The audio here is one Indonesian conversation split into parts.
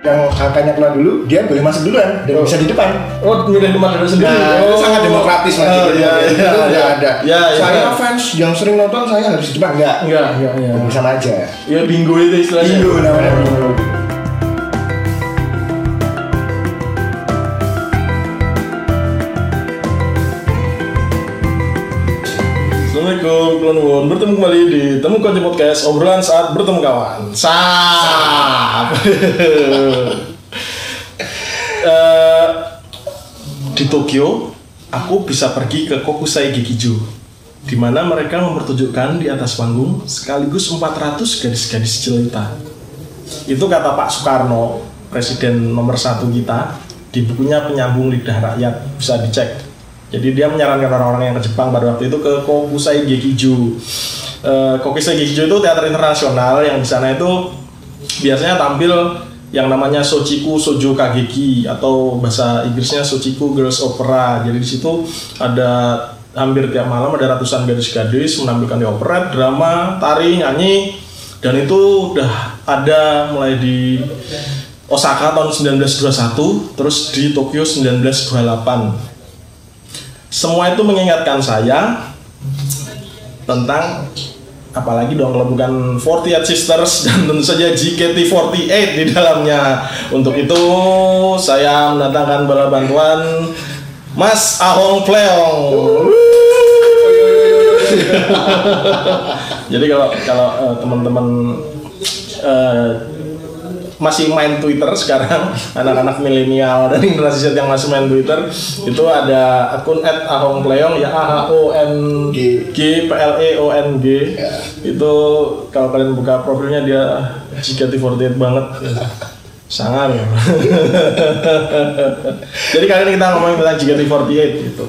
yang angkanya keluar dulu, dia boleh masuk duluan dan bisa di depan. Oh, milih nomor sendiri. Itu sangat demokratis lah. Itu nggak ada. Saya ya. fans yang sering nonton, saya harus di depan. Enggak. Sama aja. Ya bingo itu istilahnya. Bingo namanya bingo. Assalamualaikum, Klonwon. Bertemu kembali di Temu Kunci Podcast, obrolan saat bertemu kawan. Di Tokyo, aku bisa pergi ke Kokusai Gekijo, di mana mereka mempertunjukkan di atas panggung sekaligus 400 gadis-gadis jelita. Itu kata Pak Soekarno, presiden nomor 1 kita, di bukunya Penyambung Lidah Rakyat, bisa dicek. Jadi dia menyarankan orang-orang yang ke Jepang pada waktu itu ke Kokusai Gekijo. Kokusai Gekijo itu teater internasional yang di sana itu biasanya tampil yang namanya Sochiku Shoujo Kageki atau bahasa Inggrisnya Sochiku Girls Opera. Jadi di situ ada hampir tiap malam ada ratusan gadis-gadis menampilkan di opera, drama, tari, nyanyi, dan itu udah ada mulai di Osaka tahun 1921, terus di Tokyo 1928. Semua itu mengingatkan saya tentang apalagi dong kalau bukan 48 Sisters dan tentu saja JKT48 di dalamnya. Untuk itu saya mendatangkan bala bantuan Mas Ahong Pleong. Jadi kalau teman-teman masih main Twitter sekarang, anak-anak milenial dan generasi Z yang masih main Twitter, itu ada akun @ahongpleong ya, AHONGPLEONG. Itu kalau kalian buka profilnya dia JKT48 banget. Sangar ya. Jadi kali ini kita ngomongin tentang JKT48 gitu.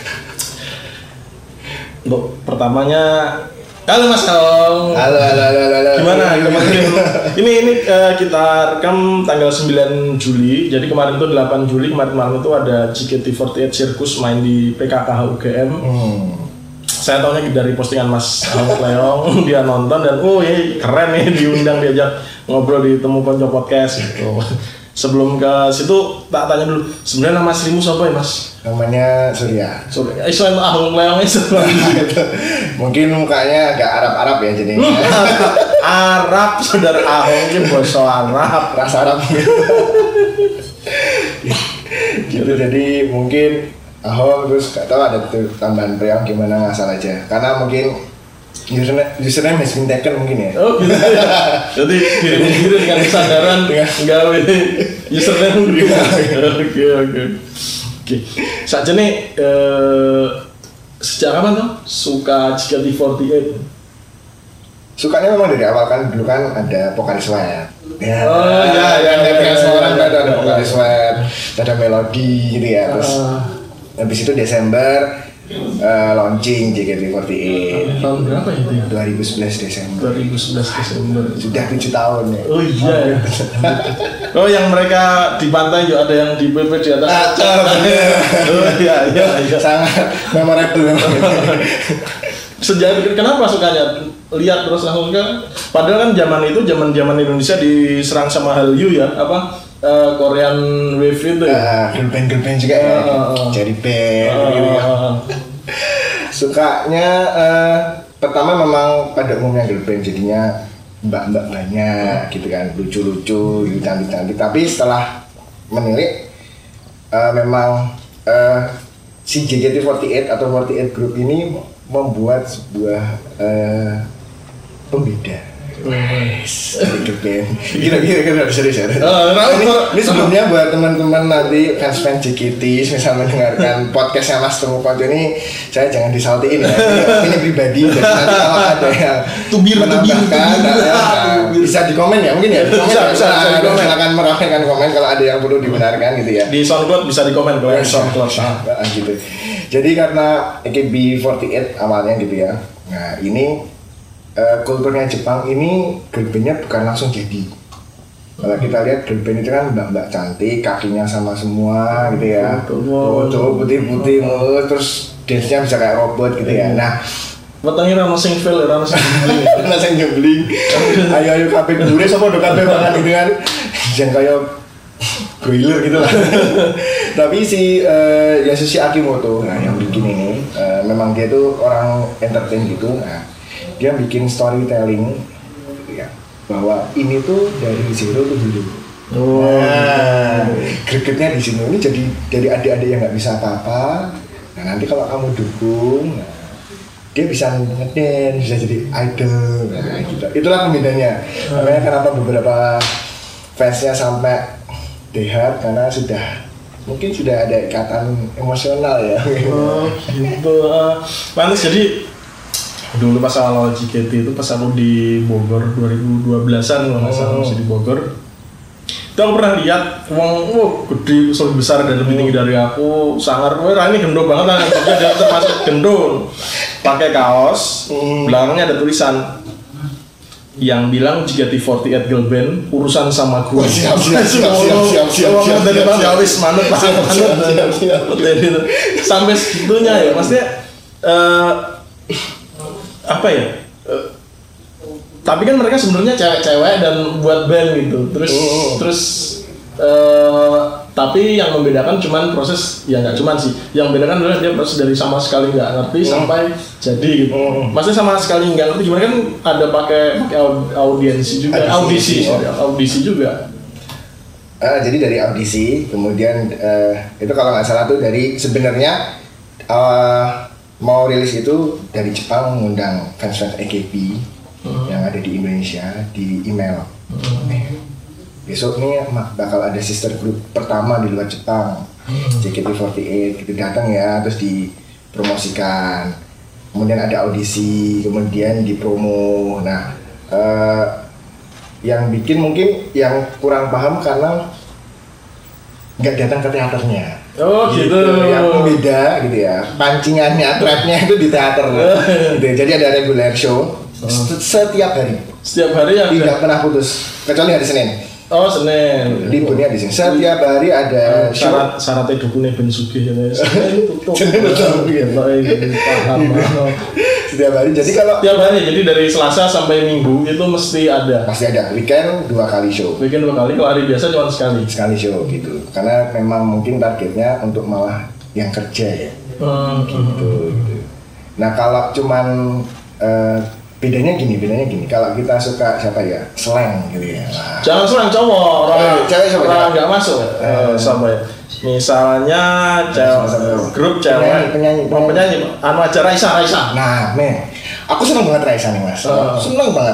Untuk pertamanya, halo Mas Ahong. Halo. Gimana? Ini kita rekam tanggal 9 Juli. Jadi kemarin itu 8 Juli, kemarin malam itu ada JKT48 Sirkus main di PKKH UGM. Saya tahunya dari postingan Mas Ahong Pleong, dia nonton dan keren nih, diundang diajak ngobrol di Temu Konco Podcast gitu. Sebelum ke situ tak tanya dulu, sebenarnya nama aslimu siapa ya Mas? Namanya Surya. Islam Ahong Pleong itu. Mungkin mukanya agak Arab ya jadinya. Arab, saudara Ahong ini bahasa Arab, rasa Arab gitu. Jadi mungkin Ahong terus gak tahu ada tambahan Pleong gimana, ngasal aja. Karena mungkin username has been taken mungkin ya. Oh gitu ya. Jadi diri dengan kesadaran enggak username gitu. Oke. Saja nih sejak kapan tuh suka JKT48? Sukanya memang dari awal kan, dulu kan ada vokalis web. Ya. Semua orang ada vokalis web, ada melodi gitu ya. Terus habis itu Desember launching JKT48. Tahun berapa itu ya? 2011 Desember. Sudah 7 tahun ya. Oh iya. Oh yang mereka di pantai juga ada yang di PP di atas. Oh iya. Sangat memorable memang. Sejak kenapa sukanya? Lihat terus langsung kan. Padahal kan zaman Indonesia diserang sama Hallyu ya, Korean Wave itu ya. Girl band juga ya. Cherry band gitu ya. Sukanya pertama memang pada umumnya girl band, jadinya mbak-mbak banyak gitu kan, lucu-lucu gitu, cantik-cantik. Tapi setelah menilik memang si JKT48 atau 48 Group ini membuat sebuah pembeda. Girl band. Kira-kira serius ya. Ini sebelumnya buat teman-teman nanti fans JKT misal mendengarkan podcastnya Mas Temu Konco ini, saya jangan disaltiin ya. Ini pribadi, jadi nanti kalau ada yang menambahkan, bisa di komen ya, mungkin ya. Bisa di komen. Silakan meramaikan komen kalau ada yang perlu dibenarkan gitu ya. Di SoundCloud bisa di komen kalau SoundCloud. Gitu. Jadi karena AKB48 awalnya gitu ya. Nah ini kulturnya Jepang ini girl bandnya bukan langsung jadi. Kalau kita lihat girl band itu kan mbak-mbak cantik, kakinya sama semua gitu ya, foto putih-putih, terus dance-nya bisa kayak robot gitu ya. Nah, Wetenge ra sing fail, ra sing jembling. Ra sing jembling. Ayo kabeh dure sapa do kabeh banget gitu kan. Jan kaya broiler gitu lah. Tapi si Yasushi Akimoto, nah yang bikin ini memang dia tuh orang entertain gitu. Nah, dia bikin storytelling gitu ya, bahwa ini tuh dari zero to hero. Nah, gregetnya di sini ini jadi dari adik-adik yang nggak bisa apa-apa. Nah nanti kalau kamu dukung, nah, dia bisa ngedance, bisa jadi idol. Nah, gitu. Itulah pembedanya. Makanya kenapa beberapa fansnya sampai dehat karena mungkin sudah ada ikatan emosional ya. Oh gitu. Pantes jadi dulu pas awal JKT itu pas aku di Bogor 2012an kalau nggak salah masih di Bogor. Itu aku pernah lihat wong gede lebih besar dan lebih tinggi dari aku, sangar. Wah ini gendong banget kan. Dia termasuk gendong. Pakai kaos, belakangnya ada tulisan yang bilang JKT48 girl band urusan sama gue. Siap. Dari Wis manut. Sampai segitunya ya, maksudnya apa ya? Tapi kan mereka sebenarnya cewek-cewek dan buat band gitu. Terus tapi yang membedakan cuman proses, ya nggak cuman sih, yang membedakan adalah dia proses dari sama sekali nggak ngerti sampai jadi gitu. Maksudnya sama sekali nggak ngerti gimana kan ada pakai audisi juga. Jadi dari audisi, kemudian itu kalau nggak salah tuh dari sebenarnya mau rilis itu dari Jepang mengundang fans AKB yang ada di Indonesia di email. Besok nih bakal ada sister group pertama di luar Jepang, JKT48 gitu, datang ya, terus dipromosikan, kemudian ada audisi, kemudian dipromo. Nah yang bikin mungkin yang kurang paham karena nggak datang ke teaternya. Oh gitu. Yang beda gitu ya, pancingannya, threadnya itu di teater gitu. Jadi ada regular show setiap hari ada. Tidak pernah putus kecuali hari Senin. Oh Senin. Liburnya di sini. Setiap hari ada syaratnya dukungnya Ben Sugih ya. Senin tutup. Senin tutup. Paham. Setiap hari. Jadi kalau setiap hari, jadi dari Selasa sampai Minggu itu mesti ada. Pasti ada. Weekend 2 kali show. Weekend 2 kali. Kalau hari biasa cuma sekali. Sekali show gitu. Karena memang mungkin targetnya untuk malah yang kerja ya. Gitu. Nah kalau cuman bedanya gini, kalau kita suka siapa ya, slang gitu ya. Nah. Jangan slang cowok, orang nggak masuk. Sama ya. Misalnya grup cewek, penyanyi, anu aja Raisa. Nah, aku seneng banget Raisa nih mas, seneng banget.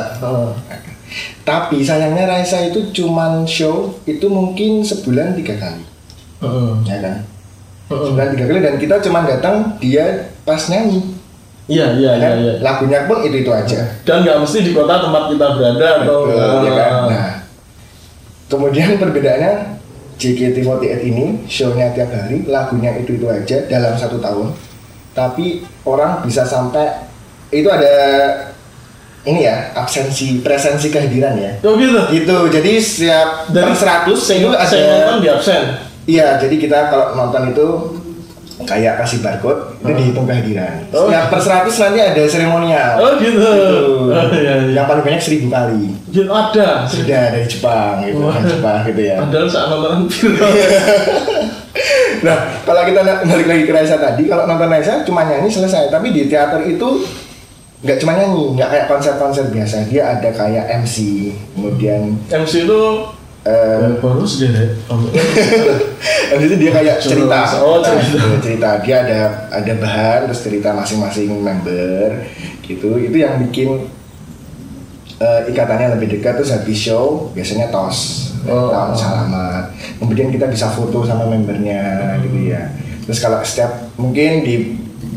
Tapi sayangnya Raisa itu cuman show itu mungkin sebulan 3 kali, ya kan? Sebulan 3 kali dan kita cuman datang dia pas nyanyi. Iya. Lagunya pun itu aja. Dan nggak mesti di kota tempat kita berada atau. Ya kan? Nah, kemudian perbedaannya JKT48 ini show-nya tiap hari, lagunya itu aja dalam 1 tahun. Tapi orang bisa sampai itu ada ini ya, presensi kehadiran ya. Oh gitu. Gitu. Jadi setiap per 100 itu ada nonton di absen. Iya, jadi kita kalau nonton itu kayak kasih barcode itu dihitung kehadiran. Setiap per 100 nanti ada seremonial. Oh gitu. Iya. Yang paling banyak 1000 kali. Ada. Sudah dari Jepang gitu, Jepang gitu ya. Padahal saat nonton film. Nah, kalau kita balik lagi ke Raisa tadi, kalau nonton Raisa cuma nyanyi selesai. Tapi di teater itu nggak cuma nyanyi, nggak kayak konser-konser biasa. Dia ada kayak MC, kemudian MC itu baru sih deh. Habis itu dia kayak cerita. Cerita. Dia ada bahan terus cerita masing-masing member gitu. Itu yang bikin ikatannya lebih dekat. Terus habis show biasanya tos salaman. Kemudian kita bisa foto sama membernya gitu ya. Terus kalau setiap mungkin di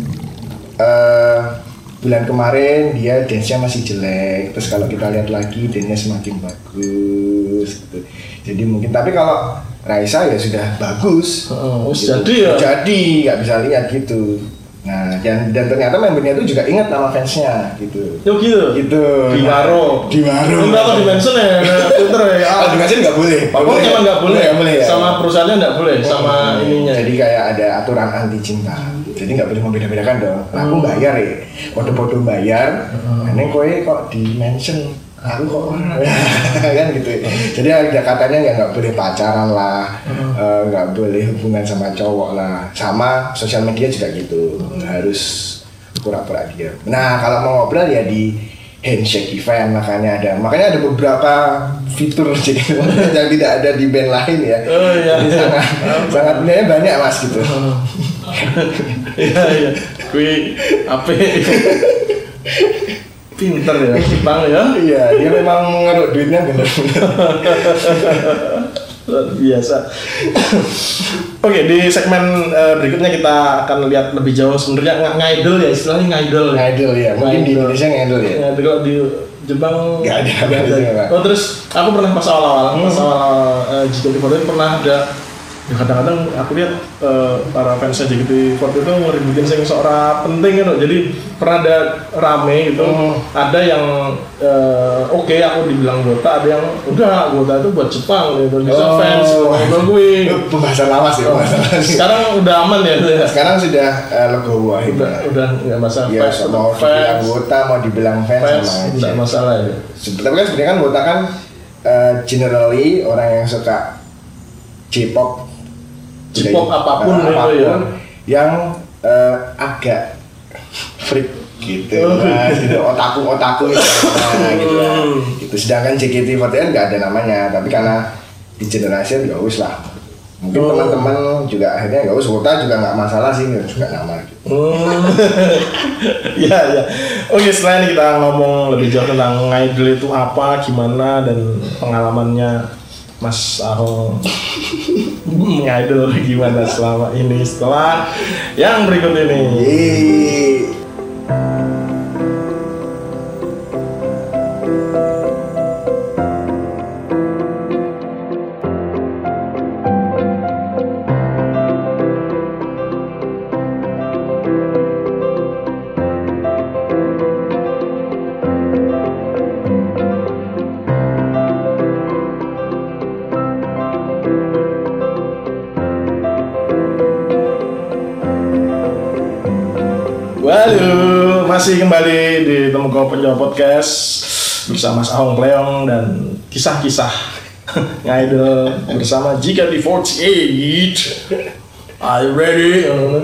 bulan kemarin dia dance-nya masih jelek, terus kalau kita lihat lagi dance-nya semakin bagus gitu. Jadi mungkin, tapi kalau Raisa ya sudah bagus gitu. Jadi nggak bisa lihat gitu. Nah dan ternyata membernya itu juga ingat nama fansnya gitu. Gitu. Diwaro. Enggak di mention ya, Twitter ya. Di mention nggak boleh. Pokoknya emang nggak boleh. Ya. Sama perusahaannya nggak boleh, sama ininya. Jadi kayak ada aturan anti cinta. Jadi nggak boleh membeda-bedakan dong. Nah, aku bayar ya, foto-foto bayar. Neng kowe kok di mention aku kok kan gitu. Jadi ada katanya nggak boleh pacaran lah, nggak boleh hubungan sama cowok lah, sama sosial media juga gitu, harus pura-pura diam. Nah kalau mau ngobrol ya di handshake event, makanya ada beberapa fitur yang tidak ada di band lain ya. Sangat banyak mas gitu. Iya kui apa pinter ya Jepang ya. Iya dia memang ngeruk duitnya bener-bener biasa. Oke, di segmen berikutnya kita akan lihat lebih jauh sebenarnya ngidol ya, istilahnya ngidol ya, mungkin di Indonesia ngidol ya. Kalau di Jepang nggak ada. Oh terus aku pernah pas awal JKT48 pernah ada. Ya, kadang-kadang aku lihat para fans JKT48 itu ngeributin sing seorang penting gitu. Jadi pernah ada rame gitu. Ada yang oke, aku dibilang Gota, ada yang udah Gota itu buat Jepang gitu. Bisa fans gue. Pembahasan lama sih. Sekarang udah aman ya. Sekarang sudah legowo. Udah nggak masalah. Ya, mau dibilang Gota, mau dibilang fans nggak masalah ya. Tapi kan sebenarnya kan Gota kan generally orang yang suka J-pop apapun itu ya, yang agak freak gitu, gitu otaku gitu, gitu. Sedangkan JKT48 nggak ada namanya, tapi karena di generasi ya wis lah. Mungkin teman-teman juga akhirnya nggak usah, Wota juga nggak masalah sih, juga nama gitu. Ya. Oke, setelah ini kita ngomong lebih jauh tentang ngidol itu apa, gimana, dan pengalamannya Mas Ahong ngidol gimana selama ini setelah yang berikut ini. Waduh, masih kembali di Temu Penjawab Podcast bersama Mas Ahong Kleong dan kisah-kisah ngidol bersama JKT48. Are you ready?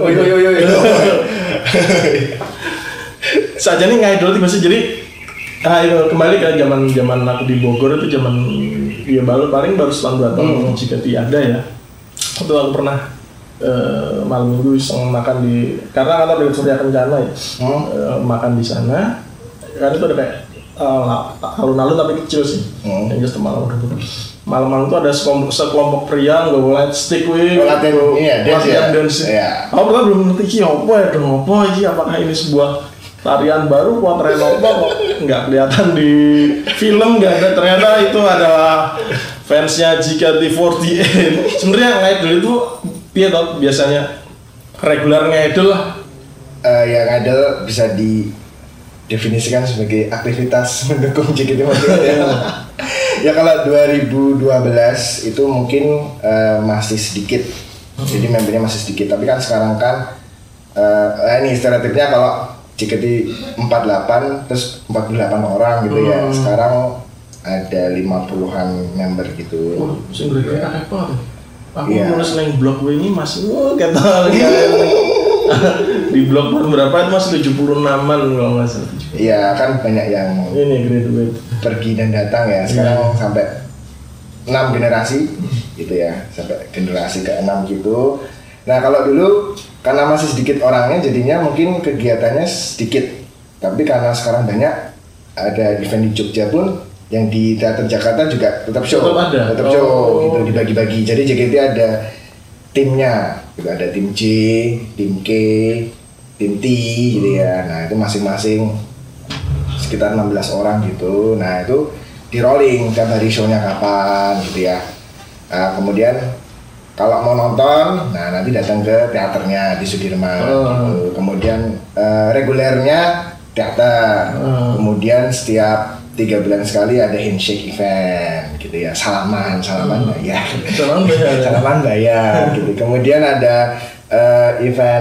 Saja nih ngidol tiba sih, jadi kembali ke zaman aku di Bogor itu zaman ya paling baru setahun 2 tahun JKT ada ya. Waktu aku pernah malam minggu iseng makan di, karena kantor dari Surya Kencana ya, makan di sana. Kan itu ada kayak alun-alun tapi kecil sih, yang just malam-malam itu ada sekelompok pria nggak boleh stick latihan dance. Aku pertama belum ngerti apakah ini sebuah tarian baru, potret apa kok nggak kelihatan di film, nggak ada, ternyata itu adalah fansnya JKT48. Sebenarnya ngidol itu biasanya regular ngidol lah. Yang ngidol bisa didefinisikan sebagai aktivitas mendukung JKT48 ya. Ya kalau 2012 itu mungkin masih sedikit, jadi membernya masih sedikit. Tapi kan sekarang kan ini stereotipnya kalau JKT48 terus 48 orang gitu ya. Sekarang ada 50-an member gitu. Aku nulis neng blog gue ini masih kata di blog berapa itu masih 76-an kalau nggak salah. Iya kan banyak yang ini graduate pergi dan datang ya. Sekarang sampai 6 generasi gitu ya, sampai generasi ke-6 gitu. Nah kalau dulu karena masih sedikit orangnya, jadinya mungkin kegiatannya sedikit. Tapi karena sekarang banyak, ada event di Jogja pun, yang di Teater Jakarta juga tetap show, gitu dibagi-bagi. Jadi JKT ada timnya, gitu. Ada tim J, tim K, tim T gitu ya. Nah itu masing-masing sekitar 16 orang gitu. Nah itu di rolling tiap hari show-nya kapan gitu ya. Nah, kemudian kalau mau nonton, nah nanti datang ke teaternya di Sudirman. Gitu. Kemudian regulernya teater. Kemudian setiap 3 bulan sekali ada handshake event gitu ya, salaman bayar gitu. Kemudian ada event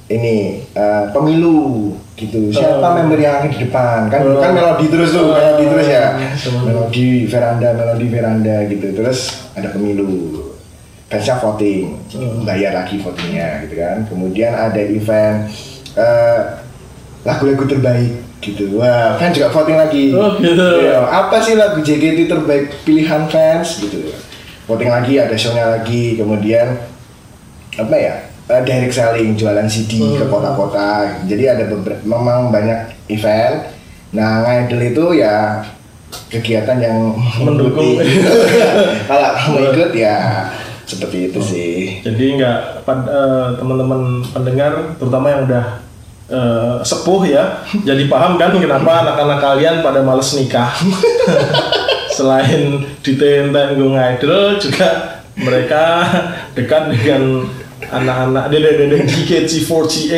ini pemilu gitu. Siapa member yang akan di depan? Kan melodi terus tuh, melodi terus ya. Melodi veranda gitu. Terus ada pemilu. Fansnya voting, bayar lagi votingnya gitu kan. Kemudian ada event lagu-lagu terbaik gitu. Wah, kan juga voting lagi. Gitu. Ya, apa sih lagu JKT terbaik pilihan fans gitu. Voting lagi, ada show-nya lagi. Kemudian apa ya? Direct selling, jualan CD ke kota-kota. Jadi ada memang banyak event. Nah, Ngidol itu ya kegiatan yang mendukung. Kalau mau ikut ya seperti itu sih. Jadi nggak teman-teman pendengar, terutama yang udah sepuh ya, jadi paham kan kenapa anak-anak kalian pada males nikah. Selain ditenteng Ngidol, juga mereka dekat dengan anak-anak dedek-dedek JKT48.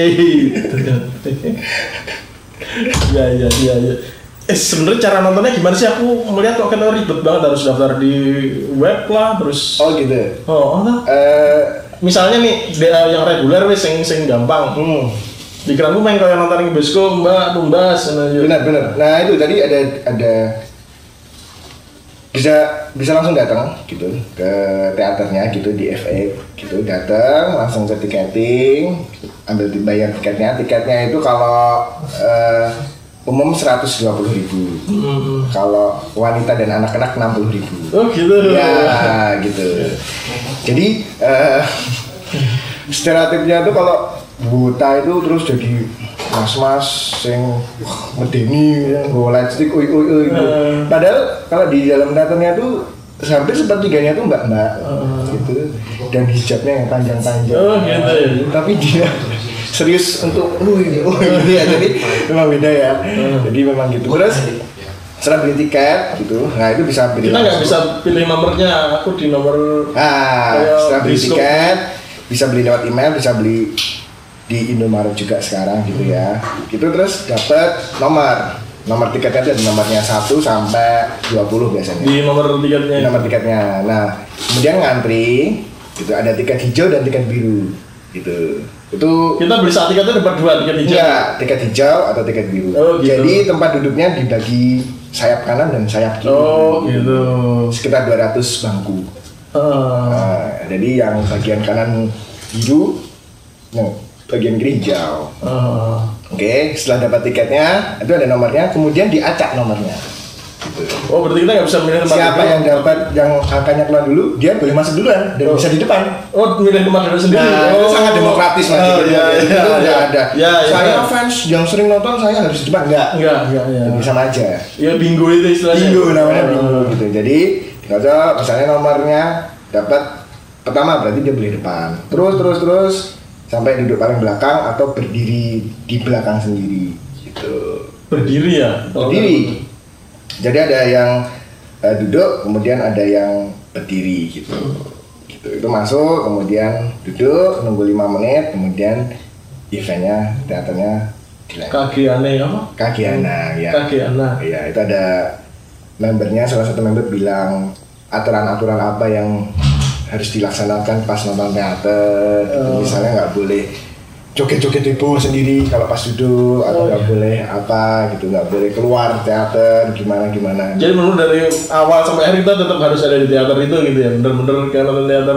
Ya. Sebenarnya cara nontonnya gimana sih? Aku melihat kok kan ribet banget, harus daftar di web lah terus. Oh gitu. Misalnya nih yang reguler wis sing gampang. Pikiranku main kayak nonton di bioskop, Mbak, tumbas aja. Benar. Nah, itu tadi ada bisa langsung datang gitu ke teaternya gitu di FA gitu, datang langsung ke tiketing, ambil bayar tiketnya itu kalau umum 120.000. Kalau wanita dan anak-anak 60.000. Oh gitu. Ya gitu. Jadi stereotipnya tuh kalau buta itu terus jadi mas-mas yang medeni, nggo lightstick, gitu. Padahal kalau di dalam teaternya tuh hampir sepertiganya tuh mbak-mbak gitu, dan hijabnya yang panjang-panjang. Oh gitu ya. Tapi dia serius untuk gitu ya, jadi memang beda ya. Jadi memang gitu. Terus setelah beli tiket gitu, nah itu bisa pilih. Kita nggak bisa pilih nomornya, aku di nomor. Setelah beli tiket, bisa beli lewat email, bisa beli di Indomaret juga sekarang gitu ya. Gitu terus dapat nomor tiketnya itu ada nomornya 1 sampai 20 biasanya. Di nomor tiketnya. Di nomor tiketnya. Nah, kemudian ngantri gitu, ada tiket hijau dan tiket biru gitu. Itu kita beli saat tiketnya dapat 2 tiket hijau. Enggak, tiket hijau atau tiket biru. Oh, gitu. Jadi tempat duduknya dibagi sayap kanan dan sayap kiri. Oh, gitu. Sekitar 200 bangku. Jadi yang bagian kanan biru, bagian kiri hijau. Oke, setelah dapat tiketnya, itu ada nomornya, kemudian diacak nomornya. Gitu. Oh, berarti kita nggak bisa milih tempat. Siapa yang dapat, yang angkanya keluar dulu, dia boleh masuk duluan dan bisa di depan. Oh, milih tempat dulu sendiri. Nah, itu sangat demokratis mas. Itu nggak ada. Saya fans yang sering nonton, saya harus di depan. Enggak. Jadi sama aja. Ya bingo itu istilahnya. Bingo namanya bingo gitu. Jadi kalau misalnya nomornya dapat pertama berarti dia beli depan. Terus sampai duduk paling belakang atau berdiri di belakang sendiri gitu. Berdiri ya? Berdiri. Jadi ada yang duduk, kemudian ada yang berdiri gitu. Itu masuk, kemudian duduk, nunggu 5 menit, kemudian eventnya, teaternya dilanjut. Kagiane apa? Kagiana, ya. Kagiana. Iya, itu ada membernya, salah satu member bilang aturan-aturan apa yang harus dilaksanakan pas nonton teater gitu. Misalnya nggak boleh joget-joget di bawah sendiri kalau pas duduk, atau nggak boleh apa gitu, nggak boleh keluar teater, gimana. Jadi menurut dari awal sampai akhir kita tetap harus ada di teater itu gitu ya, bener-bener kayak nonton teater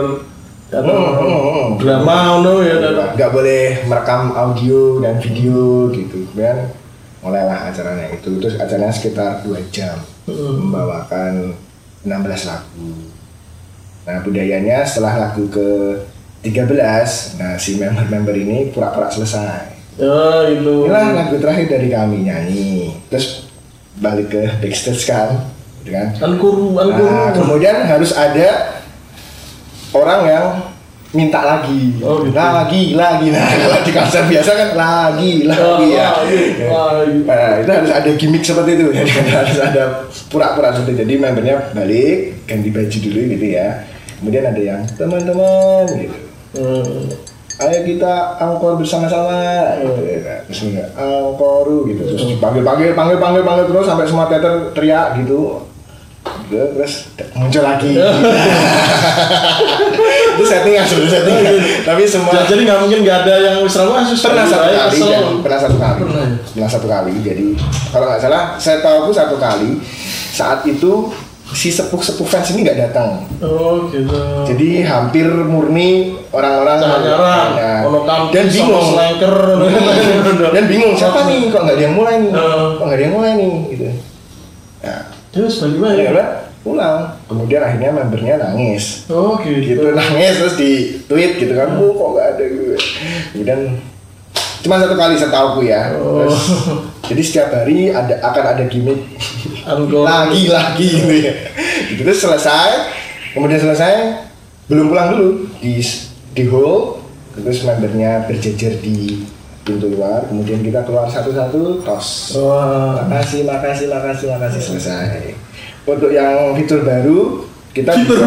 drama ya. Nggak boleh merekam audio dan video gitu. Kemudian mulailah acaranya itu, terus acaranya sekitar 2 jam, membawakan 16 lagu. Nah, budayanya setelah lagu ke-13, nah si member-member ini pura-pura selesai. Oh, itu. Inilah lagu terakhir dari kami, nyanyi. Terus balik ke backstage kan, gitu kan. Angkuru. Nah, kemudian harus ada orang yang minta lagi. Oh, gitu. Lagi. Nah, kalau di konser biasa kan lagi ya. Nah, itu harus ada gimmick seperti itu. Jadi harus ada pura-pura seperti itu. Jadi membernya balik, ganti baju dulu gitu ya. Kemudian ada yang teman-teman gitu. Ayo kita angkor bersama-sama gitu. Terus angkoru gitu. Terus dipanggil terus sampai semua teater teriak gitu. terus muncul lagi. Itu settingan sebenarnya tapi semua jadi nggak mungkin nggak ada yang pernah satu kali jadi kalau nggak salah saya tahu aku satu kali saat itu si sepuh fans ini nggak datang. Oh gitu. Jadi hampir murni orang-orang dan bingung dan bingung siapa nih kok nggak ada yang mulai nih gitu. Nah, terus bagaimana ya? Pulang, kemudian akhirnya membernya nangis. Oh gitu. Nangis terus di tweet gitu kan, kok nggak ada gitu. Kemudian cuma satu kali setauku ya. Terus, jadi setiap hari akan ada gimmick lagi gitu ya. Terus kemudian selesai, belum pulang dulu di hall, terus membernya berjejer di pintu luar, kemudian kita keluar satu-satu, tos. Makasih selesai. Untuk yang fitur baru kita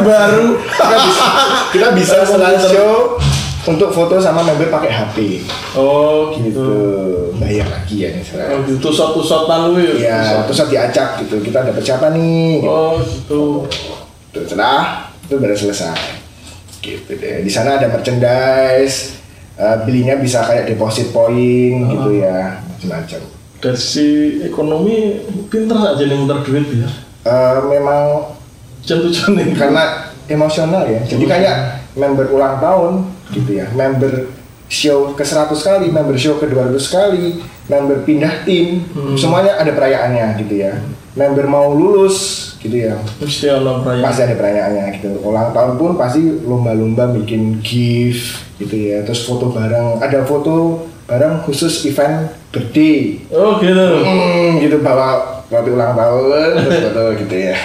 bisa slideshow untuk foto sama member pakai HP. Oh gitu. Bayar lagi ya nih sekarang. Oh gitu. Tusot-tusotan lu ya. Iya, tusot diacak gitu. Kita dapat siapa nih? Gitu. Oh gitu. Setelah itu baru selesai. Gitu deh. Di sana ada merchandise. Belinya bisa kayak deposit point gitu ya, macam-macam. Dari si ekonomi pinter aja nih muter duit ya. Memang tujuan karena emosional ya. Jadi kayak member ulang tahun gitu ya. Member show ke 100 kali, member show ke 200 kali, member pindah tim, semuanya ada perayaannya gitu ya. Member mau lulus gitu ya. Pasti ada perayaan. Pasti ada perayaannya gitu. Ulang tahun pun pasti lomba-lomba bikin gift gitu ya. Terus foto bareng, ada foto bareng khusus event birthday. Oh gitu. Gitu bawa roti ulang tahun foto gitu ya.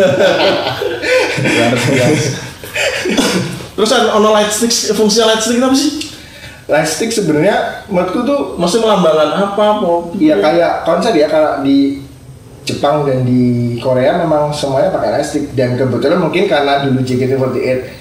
Terus ono light stick, fungsi light stick apa sih? Light stick sebenarnya menurutku tuh masih melambangkan apa? Iya kayak konser ya, kalau di Jepang dan di Korea memang semuanya pakai light stick, dan kebetulan mungkin karena dulu JKT48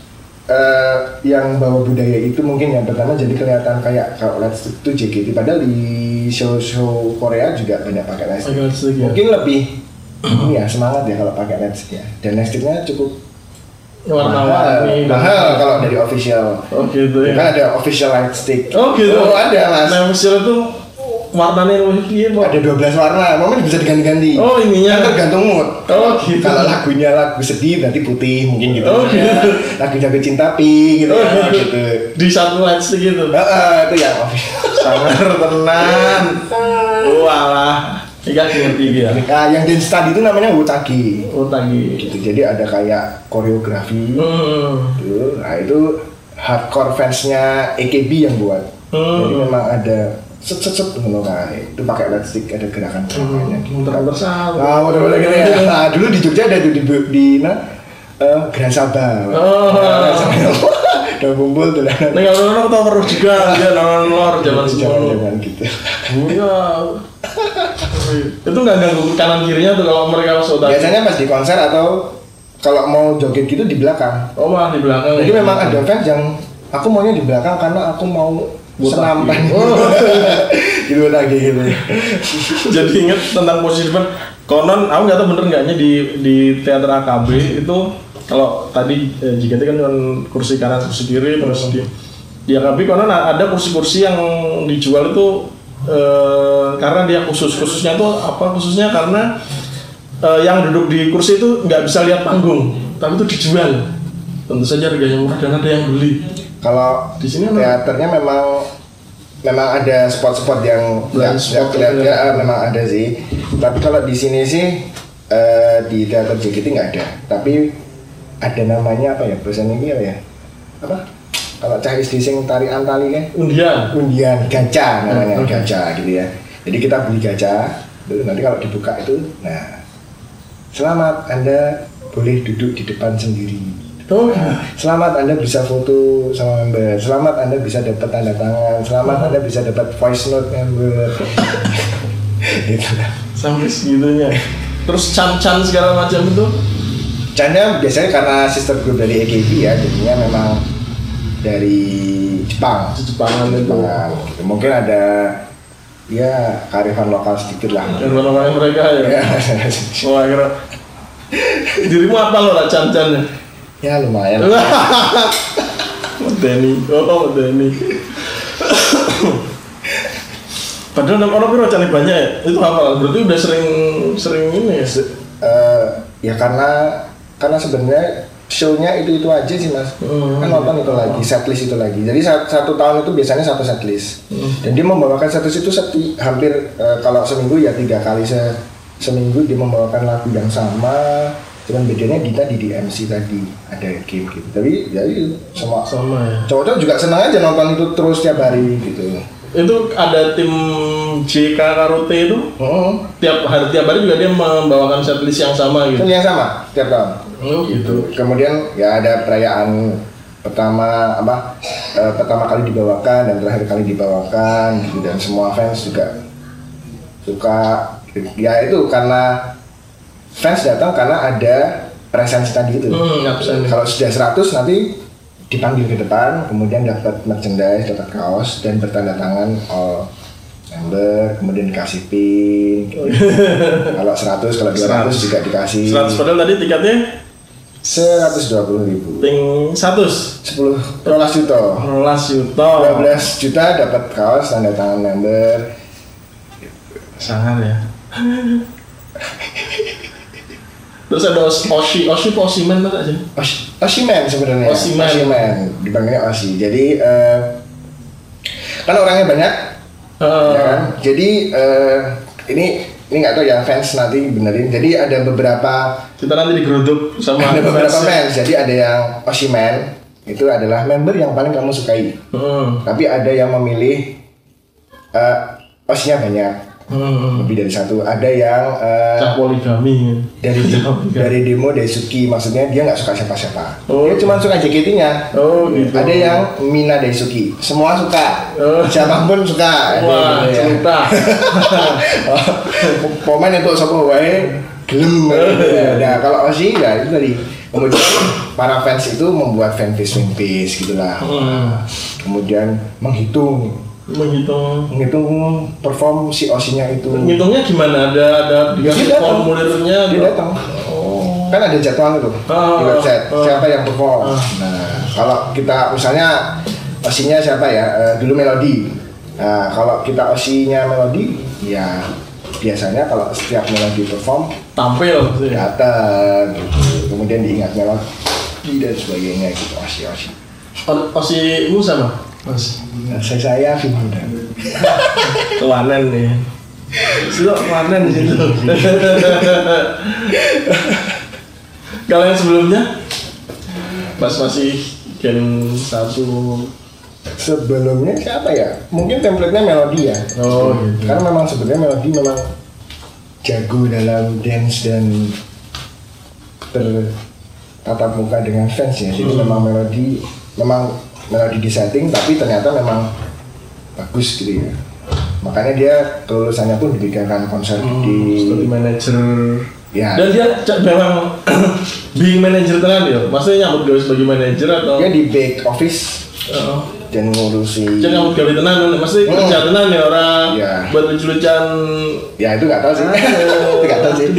yang bawa budaya itu mungkin yang pertama jadi kelihatan kayak kalau light stick itu JKT, padahal di show Korea juga banyak pakai light stick. Ya. Mungkin lebih ini ya semangat ya kalau pakai light stick ya, dan light sticknya cukup warna-warni mahal kalau dari official. Oh gitu ya. Kan ada official light stick. Oh gitu. Oh ada mas. Nah official itu warnanya ada 12 warna, momen bisa diganti-ganti. Oh ininya kan tergantung mood. Oh gitu. Kalau lagunya lagu sedih berarti putih mungkin gitu. Oh gitu. Lagu jago cinta pink gitu. Gitu. Di satu light stick gitu. Itu yang official. Sangar tenan. Walah. Ikan ngerti dia. Nah, yang dance study itu namanya Wotagi. Gitu. Jadi ada kayak koreografi. Gitu. Nah itu hardcore fansnya AKB yang buat. Jadi memang ada set itu pakai light stick, ada gerakan muter bersama. Muter gitu ya. Nah, dulu di Jogja ada di Grand Sabah. Udah kumpul tuh. Nih orang tau terus juga dia nonton zaman gitu. Iya. Itu nggak ganggu kanan kirinya tuh kalau mereka masuk. Biasanya pas di konser atau kalau mau joget gitu di belakang. Oh malah di belakang. Jadi memang ada fans yang aku maunya di belakang karena aku mau senam gitu lagi gitu. Jadi inget tentang posisi depan. Konon aku nggak tahu bener nggaknya di teater AKB itu kalau tadi jika itu kan kursi kanan kursi kiri terus di AKB konon ada kursi-kursi yang dijual itu karena dia khususnya tuh apa khususnya karena yang duduk di kursi itu nggak bisa lihat panggung tapi itu dijual, tentu saja harganya murah dan ada yang beli. Kalau di sini teaternya memang ada spot-spot yang kelihatan memang ada sih. Tapi kalau di sini sih di teater JKT nggak ada. Tapi ada namanya apa ya? Bahasa ini apa ya? Apa? Kalau cah istri sing tarian tali kan? Undian, gacha namanya, gacha gitu ya. Jadi kita beli gacha, terus nanti kalau dibuka itu, nah selamat Anda boleh duduk di depan sendiri. Selamat Anda bisa foto sama member, selamat Anda bisa dapat tanda tangan, selamat Anda bisa dapat voice note member. Gitu. Sampai segitunya. Terus can segala macam itu? Cannya biasanya karena sister group dari AKB ya, jadinya memang dari Jepang. Jepangan itu. Gitu. Mungkin ada ya kearifan lokal sedikit lah. Kearifan lokal mereka ya. Wah kira Dirimu apa lo lah can-cannya? Ya lumayan. Medeni. Padahal orang piro cane banyak ya. Itu apa? Berarti udah sering ini ya. Ya karena sebenarnya show-nya itu aja sih mas. Kan nonton itu lagi, setlist itu lagi. Jadi satu tahun itu biasanya satu setlist. Dan dia membawakan setlist itu hampir kalau seminggu ya 3 kali seminggu dia membawakan lagu yang sama. Cuman bedanya kita di MC tadi ada game gitu. Tapi ya itu sama ya. Cowok-cowok juga senang aja nonton itu terus tiap hari gitu. Itu ada tim JK Karute itu tiap hari juga dia membawakan setlist yang sama gitu. Yang sama tiap tahun. Gitu. Kemudian ya ada perayaan pertama kali dibawakan dan terakhir kali dibawakan gitu, dan semua fans juga suka. Ya itu karena fans datang karena ada presensi tadi itu. Kalau sudah 100 nanti dipanggil ke depan, kemudian dapat merchandise, dapat kaos dan bertanda tangan all member, kemudian dikasih pin. Kalau 100, kalau 200 juga dikasih. 100 padahal tadi tiketnya 120.000. Ting 100 10 12 juta. 12 juta dapat kaos tanda tangan member. Sangat ya. Terus ada Oshiman tak sih? Oshiman sebenarnya. Oshiman dipanggilnya Oshi. Jadi kan orangnya banyak, ya kan? Jadi ini nggak tahu ya fans nanti benerin. Jadi ada beberapa. Kita nanti digeruduk sama. Ada beberapa fans. Jadi ada yang Oshiman itu adalah member yang paling kamu sukai. Tapi ada yang memilih Oshinya banyak. Lebih dari satu. Ada yang poligami dari demo Daisuki, maksudnya dia nggak suka siapa-siapa. Dia cuma suka JKT-nya. Gitu. Ada yang Mina Daisuki, semua suka. Siapapun suka. Wah, cerita. Pemain itu sopo wae gelem. Nah, kalau Oshi ya itu tadi. Kemudian para fans itu membuat fanbase gitulah. Kemudian menghitung perform si Oshinya itu. Ngitungnya gimana? Ada formulirnya. Dia datang. Kan ada jadwal itu di website. Siapa yang perform. Nah, kalau kita misalnya Oshinya siapa ya? Dulu Melody. Nah, kalau kita Oshinya Melody, ya biasanya kalau setiap Melody perform tampil datang gitu. Kemudian diingat Melody dan sebagainya gitu. Oshimu sama? Mas, saya Fimuda. Kewanen nih. Sudah kewanen di situ. Kalau yang sebelumnya, Mas masih Gen 1. Sebelumnya siapa ya? Mungkin template-nya Melody ya. Gitu. Karena memang sebenarnya Melody memang jago dalam dance dan bertatap muka dengan fans ya. Jadi memang Melody di setting, tapi ternyata memang bagus gitu ya. Makanya dia kelulusannya pun diberikan konser di manajer. Ya. Dan dia memang being manager tenan ya. Maksudnya nyambut gawe sebagai manajer atau dia di back office dan ngurusi. Jangan nyambut gawe tenan, maksudnya kerja tenan ya orang buat lucu-lucuan. Ya itu nggak tahu sih. Nggak tahu sih.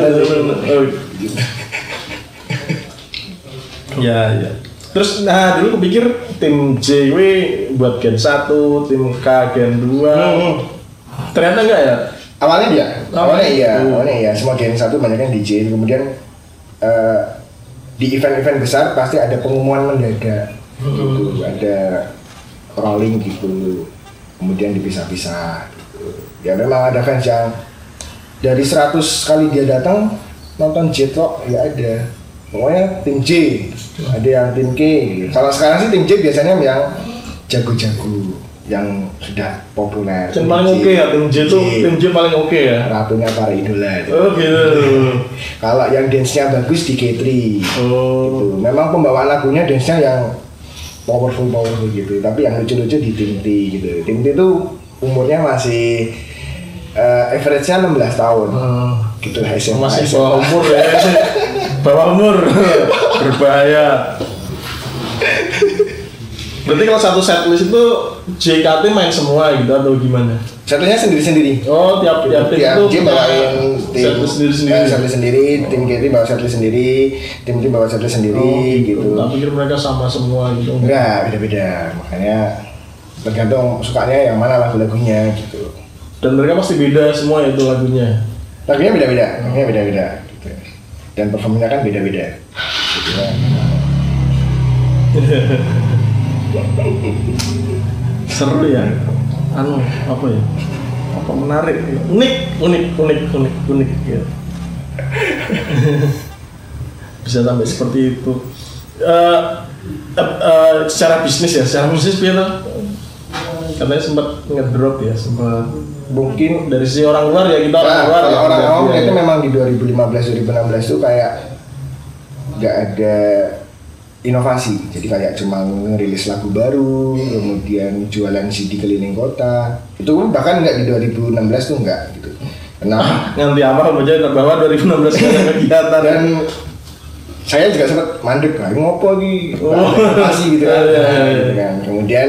Ya. Terus dulu kepikir tim JW buat Gen 1, tim K Gen 2. Ternyata enggak ya? Awalnya iya. Semua Gen 1 banyaknya DJ. Kemudian di event-event besar pasti ada pengumuman mendadak. Gitu. Ada rolling gitu. Kemudian dipisah-pisah gitu. Ya memang ada fans yang dari 100 kali dia datang nonton J-Rock ya ada. Pokoknya tim J, ada yang tim K. Kalau sekarang sih tim J biasanya yang jago-jago, yang sudah populer. Yang paling oke ya, tim J paling oke ya. Ratunya para idola. Gitu. Kalau yang dance-nya bagus di K3. Gitu. Memang pembawaan lagunya dance-nya yang powerful gitu. Tapi yang lucu-lucu di tim T gitu. Tim T itu umurnya masih average-nya 16 tahun. Gitu lah SMA. Masih bawah umur ya. Bawah umur berbahaya. Berarti kalau satu setlist itu JKT main semua gitu atau gimana? Setlistnya sendiri-sendiri. Oh, tiap tim itu bawain setlist sendiri-sendiri. Setlist sendiri, tim KT bawa setlist sendiri, tim bawa setlist sendiri gitu. Tak pikir mereka sama semua gitu. Enggak, beda-beda. Makanya tergantung sukanya yang mana lagu-lagunya gitu. Dan mereka pasti beda semua itu lagunya. Lagunya beda-beda gitu. Dan performanya kan beda-beda. Gitu ya. Seru ya. Apa ya? Apa menarik? Unik ya. Bisa sampai seperti itu. Secara bisnis biar katanya sempat ngedrop ya, sempat mungkin dari sisi orang luar ya, kita orang luar ya. Orang awam itu memang di 2015-2016 itu kayak nggak ada inovasi, jadi kayak cuma ngerilis lagu baru, kemudian jualan CD keliling kota, itu bahkan nggak di 2016 tuh nggak gitu. Kenapa? Nganti apa aja terbawa 2016 ada kegiatan. Dan saya juga sempat mandek, ngopo lagi, inovasi gitu kan. Gitu kan. Kemudian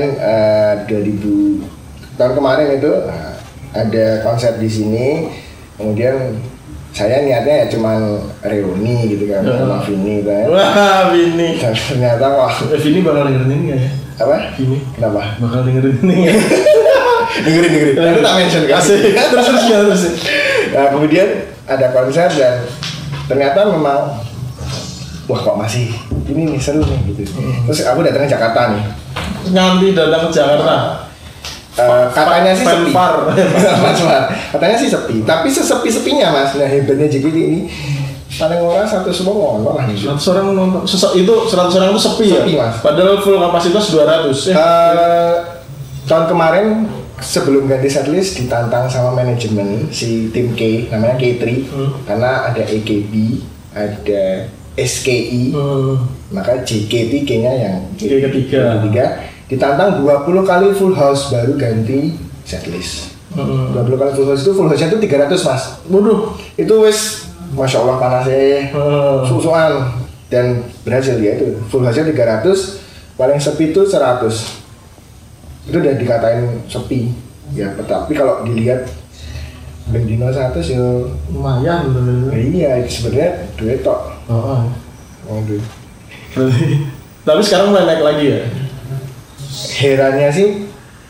2000 tahun kemarin itu ada konser di sini, kemudian saya niatnya ya cuman reuni gitu kan sama Vini kan. Wah, Vini. Dan ternyata kok Vini bakal dengerin ini nggak ya? Apa? Vini. Kenapa? Bakal dengerin ini nggak? dengerin. Aku tak mention kan. Terus. Nah, kemudian ada konser dan ternyata memang wah kok masih ini nih seru nih gitu. Terus aku datang ke Jakarta nih. Nganti datang ke Jakarta. Katanya sih sepi. Fanfar. Katanya sih sepi, tapi sesepi-sepinya Mas. Nah, hebatnya JKT ini paling orang 100 semua ngono lah. 100 orang nonton. Itu 100 orang itu sepi ya? Mas. Padahal full kapasitas 200. Tahun kemarin sebelum ganti setlist ditantang sama manajemen si tim K, namanya K3. Karena ada AKB, ada SKI. Maka JKT K-nya yang ketiga. Ditantang 20 kali full house baru ganti setlist. 20 kali full house itu full house-nya itu 300 Mas. Waduh, itu wis Masya Allah panasnya susuan dan berhasil ya itu full house-nya 300, paling sepi itu 100. Itu udah dikatain sepi ya, tapi kalau dilihat Bendino 100 ya lumayan bener-bener. Iya, sebenarnya duit tok. Duit. Tapi sekarang mulai naik lagi ya. Herannya sih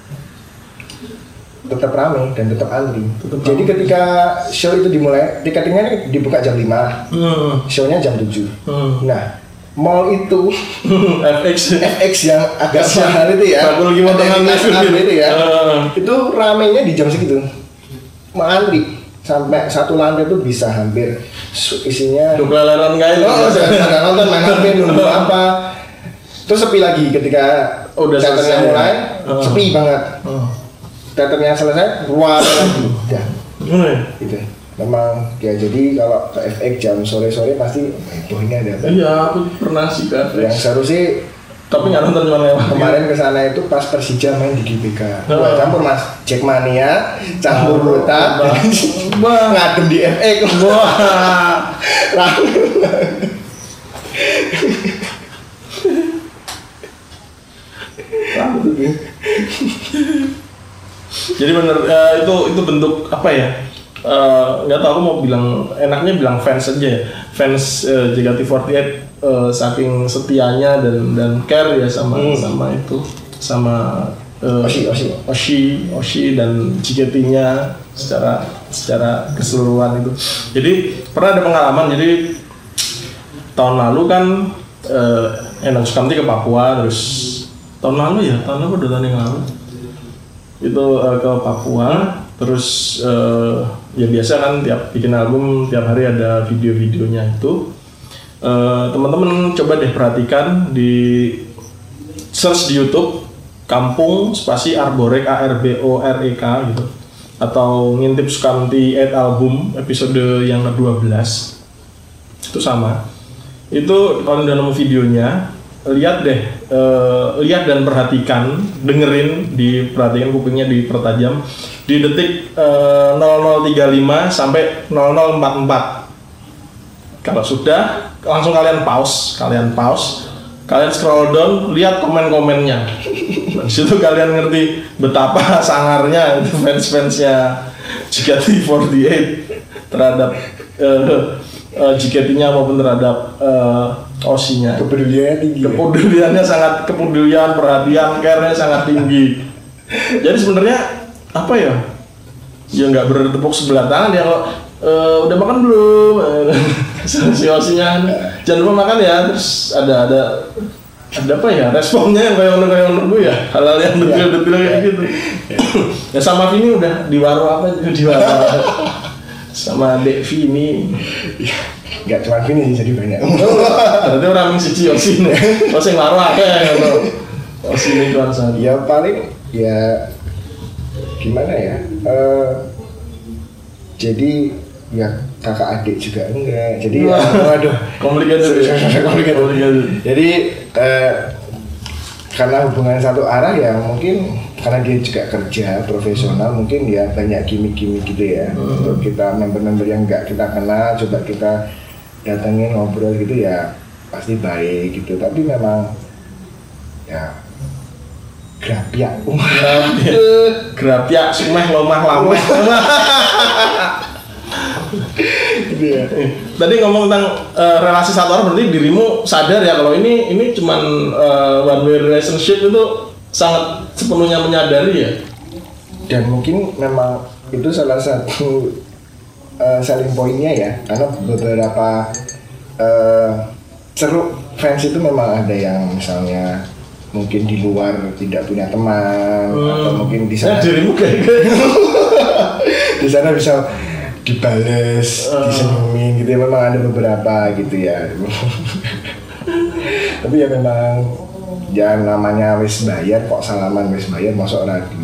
tetap ramai dan tetap antri. Jadi ketika show itu dimulai, tiketingnya dibuka jam 5, show-nya jam 7. Nah, mall itu FX yang agak mahal itu ya, itu ya, itu ramainya di jam segitu, mengantri sampai satu lantai itu bisa hampir isinya. Keleleran kayak ada nonton main HP nunggu apa. Terus sepi lagi ketika teaternya mulai, sepi banget. Teaternya selesai, keluar lagi. Udah. Gitu. Memang ya, jadi kalau ke FX jam sore-sore pasti hebohnya ada. Iya, aku pernah sih ke FX. Yang seru sih, tapi nggak nonton cuma lewat. Kemarin kesana itu pas Persija main di GBK. Wah, campur Mas, Jackmania, campur Rota, ngadem di FX. Wah, jadi bener itu bentuk apa ya? Nggak tahu aku mau bilang, enaknya bilang fans aja ya. Fans JKT48 saking setianya dan care ya sama itu, sama Oshi dan JKT-nya secara keseluruhan itu. Jadi pernah ada pengalaman, jadi tahun lalu kan Endang Sukamti ke Papua, terus tahun lalu 2 tahun yang lalu itu ke Papua, terus ya biasa kan tiap bikin album tiap hari ada video-videonya itu. Teman-teman coba deh perhatikan, di search di YouTube Kampung spasi Arborek ARBOREK gitu, atau ngintip Sukamti 8 album episode yang ke-12 itu sama. Itu kalau udah nemu videonya, lihat deh, lihat dan perhatikan, dengerin, diperhatikan kupingnya dipertajam di detik 0035 sampai 0044. Kalau sudah, langsung kalian pause, kalian scroll down, lihat komen-komennya. Di situ kalian ngerti betapa sangarnya itu fans-fansnya JKT48 terhadap JKT-nya maupun terhadap OSI-nya. Kepeduliannya tinggi. Kepedulian, perhatian, care-nya sangat tinggi. Jadi sebenarnya apa ya? Ya nggak bertepuk sebelah tangan ya kalau udah makan belum? Si OSI-nya jangan lupa makan ya. Terus ada apa ya? Responnya yang kayak menurut ya. Hal-hal yang detail-detail kayak gitu. Ya sama Vini udah di waro apa? Di waro. Sama Dek Vini. Gak cuma Vini sih, jadi banyak. Berarti orang siji OSI nih. OSI waro akeh ngono. OSI ini tuan satu. Ya paling ya gimana ya? Jadi ya kakak adik juga enggak. Jadi ya waduh komplikated. Jadi karena hubungan satu arah ya mungkin karena dia juga kerja profesional mungkin dia banyak gimmick-gimmick gitu ya. Untuk kita member-member yang enggak kita kenal coba kita datengin ngobrol gitu ya pasti baik gitu. Tapi memang ya Grapyak sumeh lomah lameh. Gitu ya. Tadi ngomong tentang relasi satu arah, berarti dirimu sadar ya kalau ini cuman one way relationship itu sangat sepenuhnya menyadari ya. Dan mungkin memang itu salah satu selling pointnya ya, karena beberapa ceruk fans itu memang ada yang misalnya mungkin di luar tidak punya teman atau mungkin di sana dirimu kayak di sana bisa dibales, disenyumin gitu ya, memang ada beberapa gitu ya. Tapi ya memang jangan namanya wis bayar kok salaman wis bayar masuk lagi.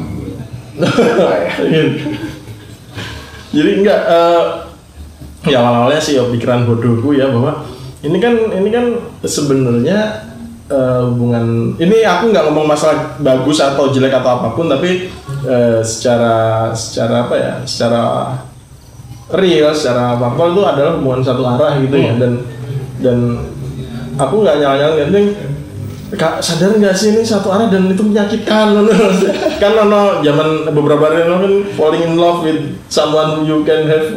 Jadi enggak ya awalnya sih ya pikiran bodohku ya bahwa ini kan sebenarnya hubungan ini aku nggak ngomong masalah bagus atau jelek atau apapun tapi secara apa ya secara real secara faktual itu adalah hubungan satu arah gitu ya dan aku nggak nyala-nyala Kak, sadar nggak sih ini satu arah dan itu menyakitkan kan nono zaman beberapa hari lalu kan falling in love with someone you can have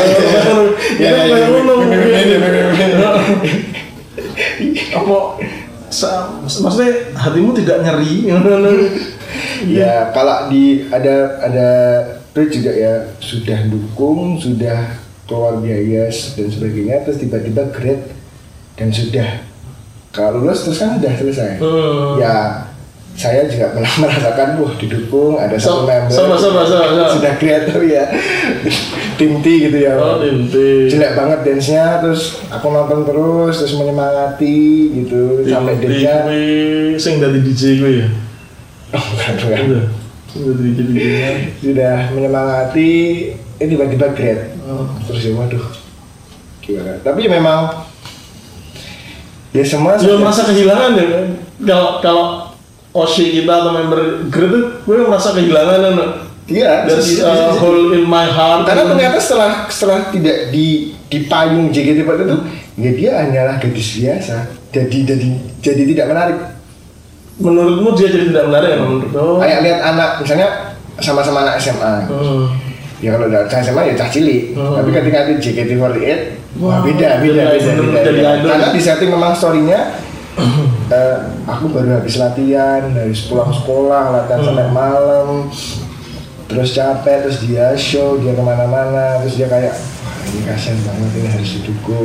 apa maksudnya hatimu tidak nyeri ya kalau ada itu juga ya sudah dukung sudah keluar biaya dan sebagainya terus tiba-tiba grade dan sudah kalau lulus terus kan sudah selesai. Ya saya juga pernah merasakan didukung ada satu member sama. sudah grade tapi ya tim T gitu ya. Tim T. Jelek banget dance-nya terus aku nonton terus menyemangati gitu tim sampai dance-nya sing dari DJ gue ya. Bukan. Sudah menyemangati tiba-tiba grade. Terus ya waduh. Gimana? Tapi memang ya semua merasa kehilangan ya kalau OSI kita atau member grade itu gue merasa kehilangan iya there's a hole in my heart karena ternyata setelah tidak di payung JKT48 itu ya dia hanyalah gadis biasa jadi tidak menarik. Menurutmu dia jadi tidak menarik ya menurutmu? Kayak lihat anak misalnya sama-sama anak SMA ya kalau udah SMA ya cah cilik tapi ketika itu JKT48 beda. Karena di setting memang story-nya aku baru habis latihan, habis pulang sekolah, latihan sampai malam terus capek, terus dia show, dia kemana-mana terus dia kayak wah ini kasihan banget, ini harus didukung.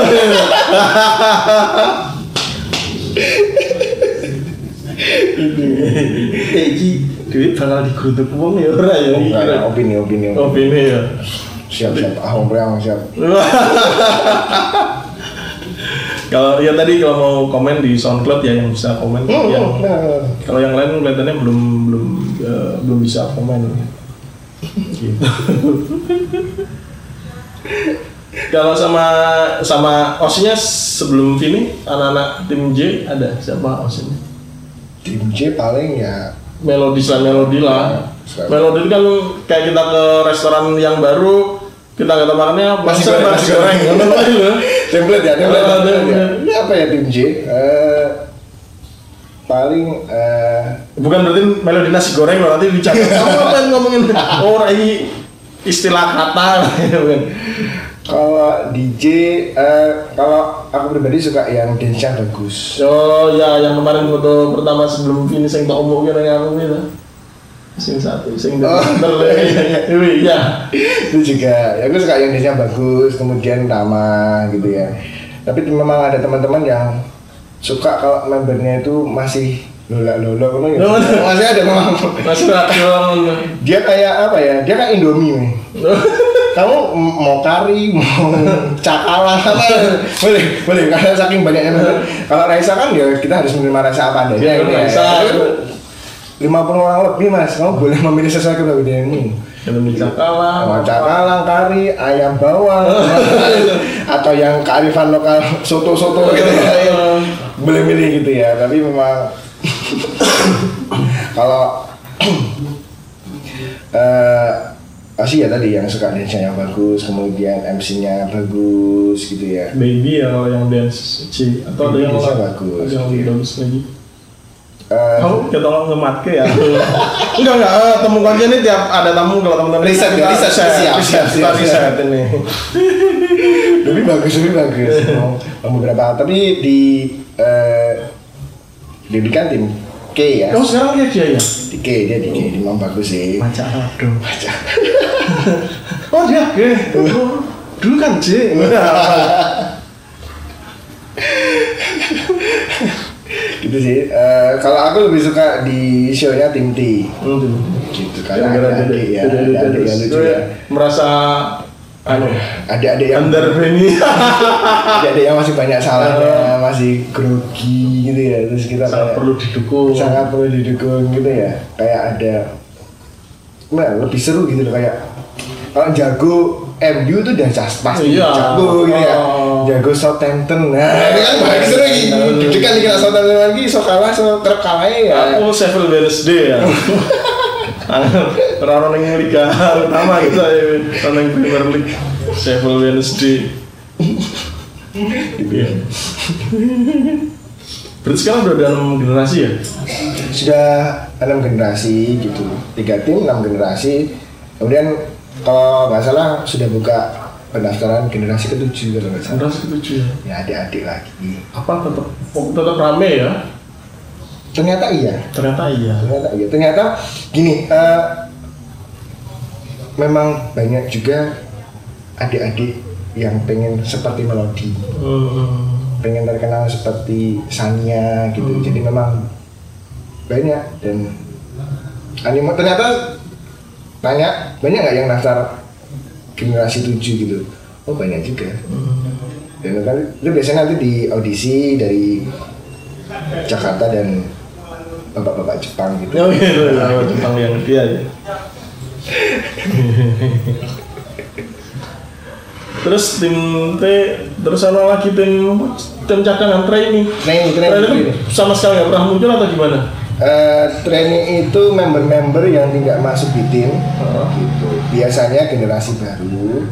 Duit bakal digeruduk wong ya ora ya opini ya siap ahong siap. Kalau ya tadi kalau mau komen di SoundCloud ya yang bisa komen kalau yang lain kelihatannya belum bisa komen gitu. Kalau sama OSI-nya sebelum Vini anak-anak tim J ada siapa OSI-nya? Tim J paling ya Melodi lah. Melodi kan kayak kita ke restoran yang baru kita kata makannya nasi goreng. Template ya. Ini apa ya tim J? paling bukan berarti melodi nasi goreng loh, nanti dicatat kamu apa yang ngomongin ini istilah kata bukan. Kalau DJ kalau aku pribadi suka yang dance-nya bagus. Oh ya, yang kemarin foto pertama sebelum finish yang tak omongin yang aku gitu. Sing satu, sing iya. Itu juga, aku suka yang dance-nya bagus, kemudian ramah gitu ya. Tapi memang ada teman-teman yang suka kalau membernya itu masih lola gitu. Masih ada memang. Masih ada. Dia kayak apa ya? Dia kayak Indomie nih. Kamu mau kari, mau cakalang apa? Boleh. Karena saking banyaknya member. Kalau Raisa kan ya kita harus menerima rasa apa adanya. Raisa 50 orang lebih mas, kamu boleh memilih sesuai kepribadianmu. Cakalang, kari, ayam bawang, atau yang kearifan lokal soto gitu ya. Boleh milih gitu ya, tapi memang kalau sih ya tadi yang suka dance-nya yang bagus, kemudian MC-nya bagus gitu ya. Baby ya yang dance C atau ada yang bagus. Yang lebih bagus lagi. Kamu kita tolong ngematke ya. Enggak, temu aja nih tiap ada tamu kalau teman-teman riset siap ini. Lebih bagus. Beberapa tapi didikan tim K ya. Oh sekarang dia ya? Di K memang bagus sih. Maca aduh. Oh dia K. Dulu kan C. Gitu sih. Kalau aku lebih suka di show-nya tim T. Gitu karena ada adik yang lucu ya. Merasa adik-adik yang underbeni. Adik-adik yang masih banyak salahnya, masih grogi gitu ya. Terus kita sangat perlu didukung gitu ya. Kayak ada lebih seru gitu loh, kayak kalau jago MU tuh udah pasti jago gitu ya. Jago Southampton. Nah, ini kan bagus seru gitu. Dudukan dikira Southampton lagi, so kalah ya. Aku Sheffield Wednesday ya. Orang yang liga utama gitu ya, orang yang Premier League. Sheffield Wednesday. Gitu ya. Berarti sekarang udah ada 6 generasi ya? Sudah 6 generasi gitu. 3 tim 6 generasi. Kemudian kalau nggak salah sudah buka pendaftaran generasi ke-7 kalau nggak salah. Generasi ke-7 ya? Ya adik-adik lagi. Apa tetap rame ya? Ternyata iya. Ternyata gini, memang banyak juga adik-adik yang pengen seperti Melody, pengen terkenal seperti Sania gitu. Jadi memang banyak dan ternyata banyak nggak yang daftar generasi 7 gitu? Oh banyak juga. Dan kan itu biasanya nanti di audisi dari Jakarta dan bapak-bapak Jepang gitu. Oh iya, Jepang yang dia ya. Terus tim T, terus ada lagi tim cadangan training sama sekali nggak pernah muncul atau gimana? Training itu member-member yang tidak masuk di tim, gitu. Biasanya generasi baru.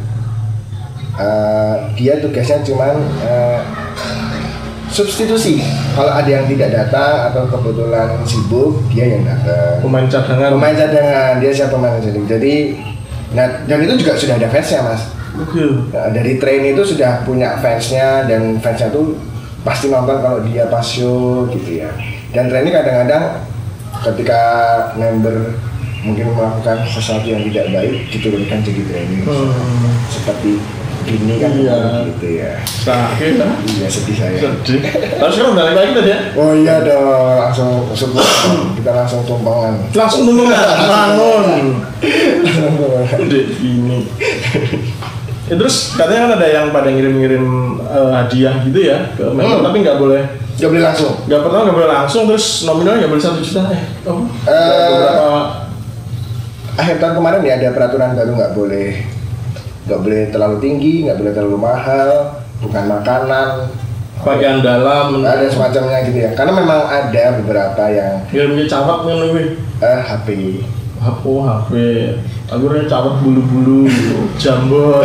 Dia tugasnya cuman substitusi. Kalau ada yang tidak datang atau kebetulan sibuk, dia yang datang. Pemain cadangan, dia siapa pemain cadangan. Jadi, dan itu juga sudah ada fansnya mas. Nah, dari train itu sudah punya fansnya dan fansnya tuh pasti nonton kalau dia pas show gitu ya. Dan train ini kadang-kadang ketika member mungkin melakukan sesuatu yang tidak baik diturunkan jadi training. Seperti ini kan gitu ya. Sakit lah. Iya sedih saya. Sedih. Terus sekarang balik lagi tadi ya? Oh iya dong, langsung kita langsung tumpangan. Bangun. Udah ini. Terus katanya kan ada yang pada ngirim-ngirim hadiah gitu ya ke member, tapi nggak boleh langsung. Nggak boleh langsung, terus nominalnya nggak boleh 1 juta. Beberapa akhir tahun kemarin ya ada peraturan baru nggak boleh terlalu tinggi, nggak boleh terlalu mahal, bukan makanan, pakaian dalam, ada semacamnya gitu ya. Karena memang ada beberapa yang ngirimnya cawat kan lebih HP. HP. Akhirnya cawat bulu-bulu, jambon.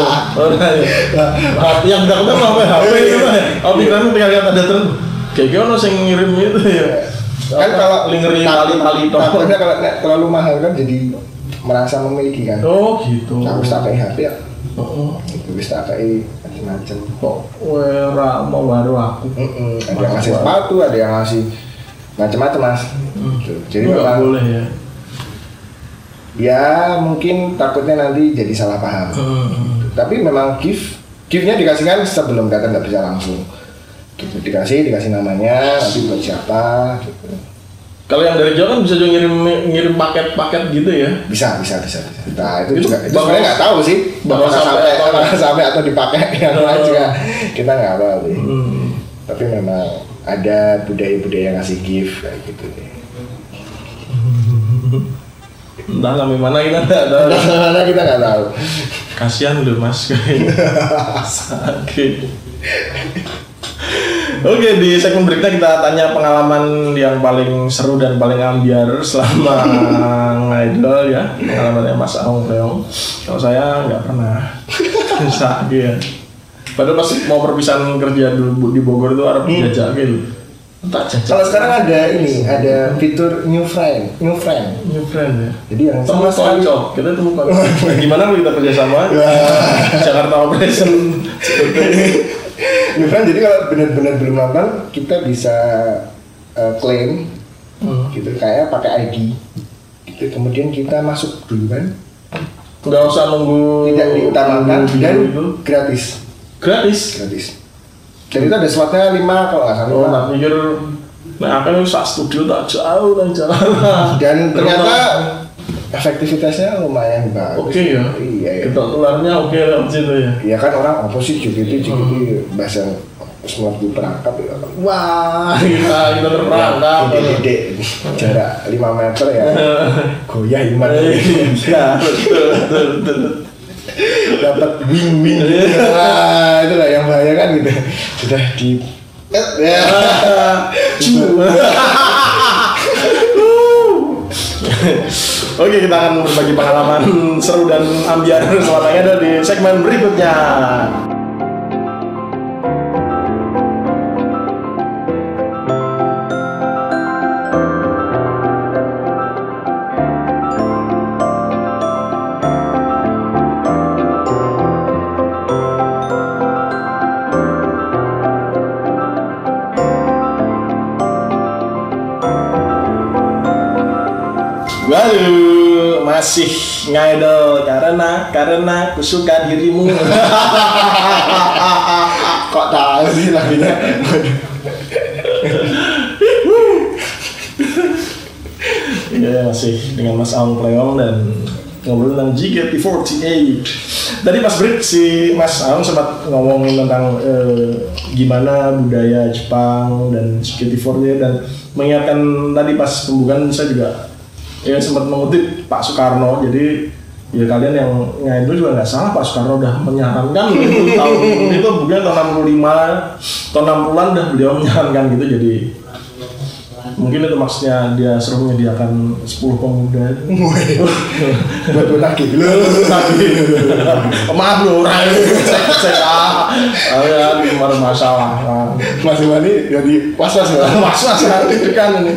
Yang nggak ketemu apa HP itu ya? Pikirannya tinggal lihat ada terus. Kayak gimana sih ngirim itu ya? Kan kalau lingeri tali-tali takutnya kalau terlalu mahal kan jadi merasa memiliki kan. Oh gitu. Aku tak kayak HP ya. Itu bisa kayak macam-macam. Kok mau baru aku. Ada yang ngasih sepatu, ada yang ngasih macam-macam mas. Jadi memang boleh ya. Ya mungkin takutnya nanti jadi salah paham. Tapi memang giftnya dikasihkan sebelum datang, nggak bisa langsung. Gitu, dikasih namanya, nanti buat siapa gitu. Kalau yang dari jauh kan bisa juga ngirim paket-paket gitu ya? Bisa. Nah itu juga sebenarnya nggak tahu sih bakal sampai atau dipakai yang lain juga kita nggak tahu sih. Tapi memang ada budaya ngasih gift kayak gitu nih. Entah sampai mana kita nggak tahu. Kita nggak tahu. Kasihan loh mas, sakit. Oke, di segmen berikutnya kita tanya pengalaman yang paling seru dan paling ambiar selama ngidol ya. Pengalamannya Mas Aung Leong. Kalau saya nggak pernah. Sakit. Padahal pas mau perpisahan kerja di Bogor itu harus jajak gitu. Tak jajak. Kalau sekarang ada fitur new friend ya. Jadi yang sama sekali kita temu gimana kalau kita kerjasama Jakarta Operation. New friend, jadi kalau benar-benar belum nonton kita bisa klaim gitu kayak pakai ID gitu, kemudian kita masuk duluan, nggak usah nunggu, tidak diutamakan dan gratis. Dan itu ada slotnya 5 kalau nggak salah. Oh, tak pikir akan sak studio tak jauh dan jalan. Dan ternyata efektivitasnya lumayan bagus. Oke ya. Iya. Ketok tularnya oke lah situ ya. Iya kan orang opposite JKT bahasa semua perangkap ya. Wah, kita terperangkap. Dede jarak 5 meter ya. Goyah iman. Iya, betul. Dapat wing. Nah, itu lah yang bahaya kan gitu. Sudah di ya. Oke, kita akan berbagi pengalaman seru dan ambiar semuanya di segmen berikutnya. Waduh, masih ngidol karena aku suka dirimu. Kok tahu sih lagunya? Ya, masih dengan Mas Aung Leong dan ngobrol tentang JKT48. Tadi pas break si Mas Aung sempat ngomongin tentang gimana budaya Jepang dan JKT48 dan mengingatkan tadi pas pembukaan saya juga ya sempat mengutip Pak Soekarno. Jadi ya kalian yang ngidol juga nggak salah, Pak Soekarno udah menyarankan itu tahun itu bukan tahun 65 tahun 60-an udah beliau menyarankan gitu. Jadi mungkin itu maksudnya dia suruh menyediakan 10 pemuda buat lagi maaf loh orang cek ya kemarin masalah masih mani jadi was-was kan ini.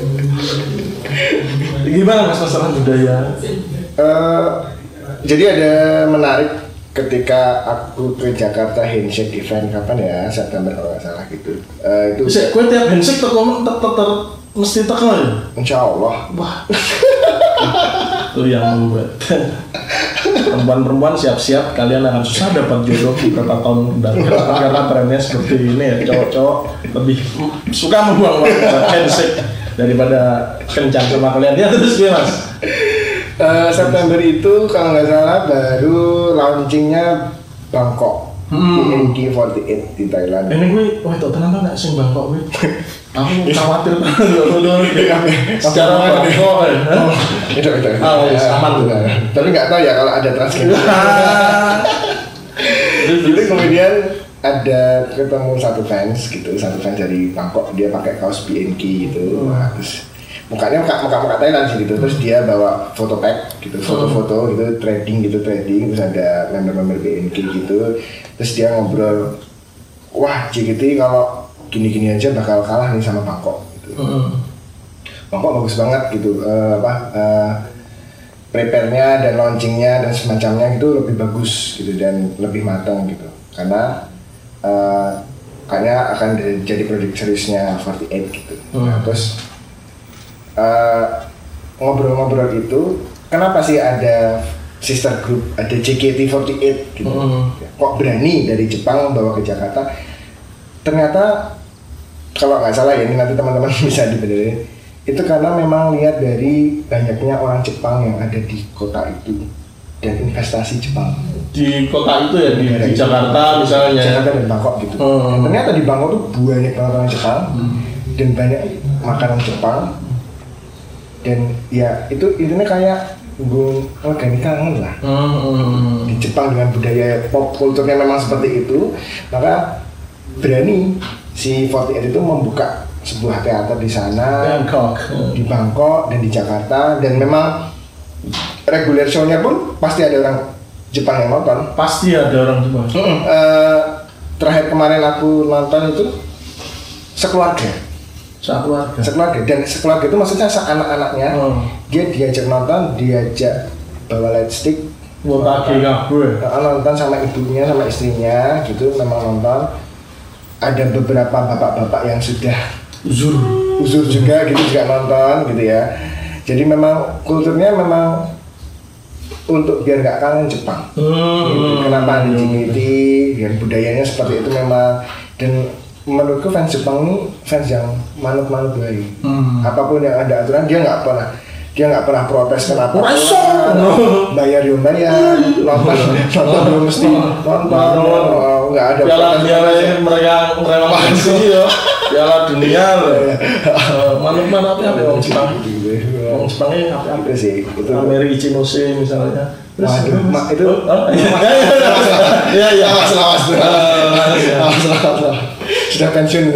Gimana mas masalah budaya? Jadi ada menarik ketika aku ke Jakarta Handshake event kapan ya, September kalau nggak salah gitu. Itu. Gue tiap handshake mesti tekel ya? Insya Allah. Wah. Itu yang membuat perempuan-perempuan siap-siap kalian akan susah dapat jodoh beberapa tahun mendatang karena trennya seperti ini ya. Cowok-cowok lebih suka membuang waktu handshake daripada kencan sama kalian. Ya terus gue mas. September itu kalau nggak salah baru launchingnya Bangkok BNK48 di Thailand. Ini gue, wah itu tenang nggak sih Bangkok gue? Aku khawatir secara Bangkok. Itu. Aman tuh. Tapi nggak tahu ya kalau ada transkripsi. Jadi kemudian ada ketemu satu fans dari Bangkok, dia pakai kaos BNK gitu. Nah, terus mukanya muka Thailand sih gitu, terus dia bawa foto pack gitu, foto-foto gitu, trading terus ada member-member BNK gitu, terus dia ngobrol, wah JKT kalau gini-gini aja bakal kalah nih sama Bangkok gitu. Bangkok bagus banget gitu, prepare-nya dan launchingnya dan semacamnya itu lebih bagus gitu dan lebih matang gitu karena kayaknya akan jadi produk seriusnya 48 gitu. Nah, terus ngobrol-ngobrol itu kenapa sih ada sister group, ada JKT48 gitu. Kok berani dari Jepang membawa ke Jakarta? Ternyata kalau nggak salah ya, ini nanti teman-teman bisa dibenerin. Itu karena memang lihat dari banyaknya orang Jepang yang ada di kota itu dan investasi Jepang di kota itu ya, di Jakarta misalnya. Jakarta dan Bangkok gitu. Dan ternyata di Bangkok tuh banyak banget orang Jepang dan banyak makanan Jepang dan ya itu intinya kayak organik kangen lah. Di Jepang dengan budaya pop kulturnya memang seperti itu, maka berani si 48 itu membuka sebuah teater di sana, di Bangkok dan di Jakarta, dan memang reguler show-nya pun pasti ada orang Jepang yang nonton. Pasti ada orang Jepang. Terakhir kemarin aku nonton itu sekeluarga dan sekeluarga itu maksudnya anak-anaknya dia diajak nonton, diajak bawa light stick, nonton sama ibunya sama istrinya gitu, memang nonton. Ada beberapa bapak-bapak yang sudah uzur juga gitu juga nonton gitu ya. Jadi memang kulturnya memang untuk biar nggak kangen Jepang. Gitu. Kenapa di JKT biar budayanya seperti itu memang, dan menurutku fans Jepang ini fans yang manut-manut baik. Apapun yang ada aturan dia nggak pernah protes kenapa bayar nonton belum mesti nonton, nggak ada protes. mereka sih ya piala dunia mana apa orang Jepang Jepangnya apa sih itu Ameri Ichinose misalnya. Itu ya sudah pensiun.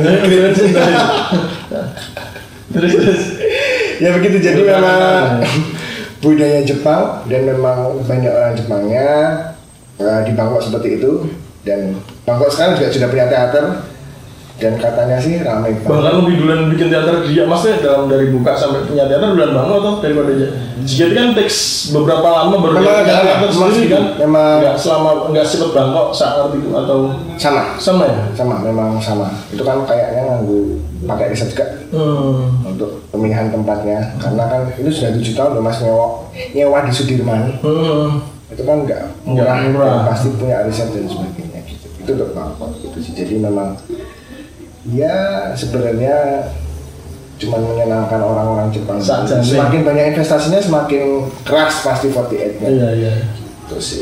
Terus ya begitu, jadi memang budaya Jepang dan memang banyak orang Jepangnya di Bangkok seperti itu, dan Bangkok sekarang juga sudah punya teater dan katanya sih ramai banget. Bahkan lebih duluan bikin teater dia, maksudnya dari buka sampai punya teater duluan banget atau daripada dia. Jadi kan teks beberapa lama baru memang teater sendiri kan. Memang nggak cepet Bangkok saat itu atau sama ya? Memang sama. Itu kan kayaknya nganggu pakai riset juga untuk pemilihan tempatnya, karena kan itu sudah 7 tahun loh Mas nyewa di Sudirman. Itu kan nggak murah. Pasti punya riset dan sebagainya gitu. Itu untuk Bangkok gitu sih. Jadi memang ya sebenarnya cuma menyenangkan orang-orang Jepang. Semakin banyak investasinya semakin keras pasti 48 kan. Iya. Itu sih.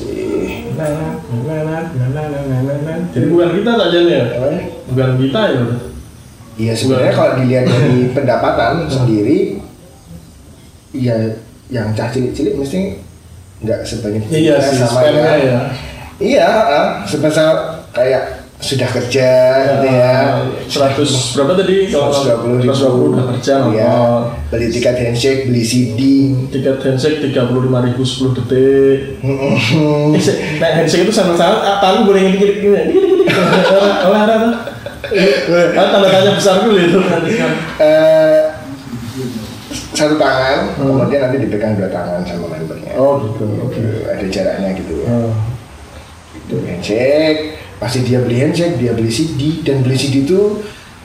Jadi bukan kita saja nih ya? Bukan kita ya? Iya sebenarnya kalau dilihat dari pendapatan sendiri, ya yang cah cilik-cilik mesti nggak sebanyak iya sih, sama ya. Iya, sebesar kayak sudah kerja gitu ya. 100 berapa tadi? 120 udah kerja. Iya. Beli tiket handshake, beli CD. Tiket handshake 35.000 10 detik. Nah handshake itu sama-sama tangan boleh gini. Tanda tanya besar dulu itu nanti kan. Satu tangan, kemudian nanti dipegang 2 tangan sama membernya. Oh gitu. Ada jaraknya gitu ya. Itu handshake. Pasti dia beli handshake, dia beli CD, dan beli CD itu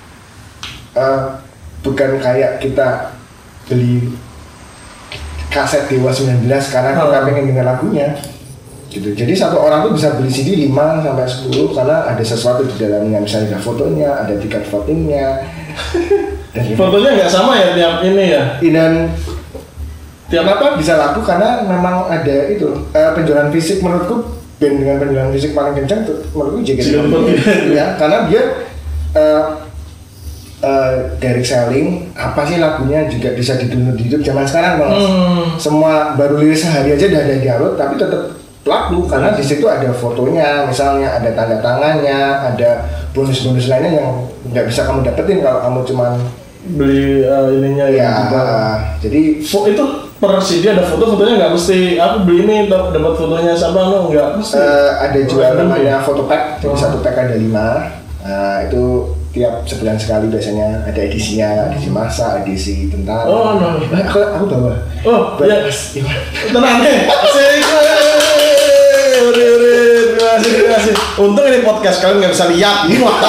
bukan kayak kita beli kaset Dewa 19 karena kita pengen dengar lagunya gitu. Jadi satu orang tuh bisa beli CD 5 sampai 10 karena ada sesuatu di dalamnya, misalnya ada fotonya, ada tiket votingnya. Dan fotonya nggak sama ya tiap ini ya? Dan tiap apa bisa laku karena memang ada itu penjualan fisik. Menurutku band dengan penjualan fisik paling kencang tuh menurutku JKT48 ya, karena dia direct selling, apa sih lagunya juga bisa di-download di YouTube zaman sekarang Bang. Semua baru rilis sehari aja udah ada di download, tapi tetap laku karena di situ ada fotonya, misalnya ada tanda tangannya, ada bonus-bonus lainnya yang nggak bisa kamu dapetin kalau kamu cuman beli ininya ya. Jadi itu per CD ada fotonya nggak mesti aku beli ini dapat fotonya sama nggak mesti. Ada juga namanya foto pack, jadi satu pack ada 5. Itu tiap sebulan sekali biasanya ada edisinya, edisi masa, edisi tentang. Oh, no. Aku bawa. Oh, iya. Tenang deh. Terima kasih. Untung ini podcast kalian nggak bisa lihat.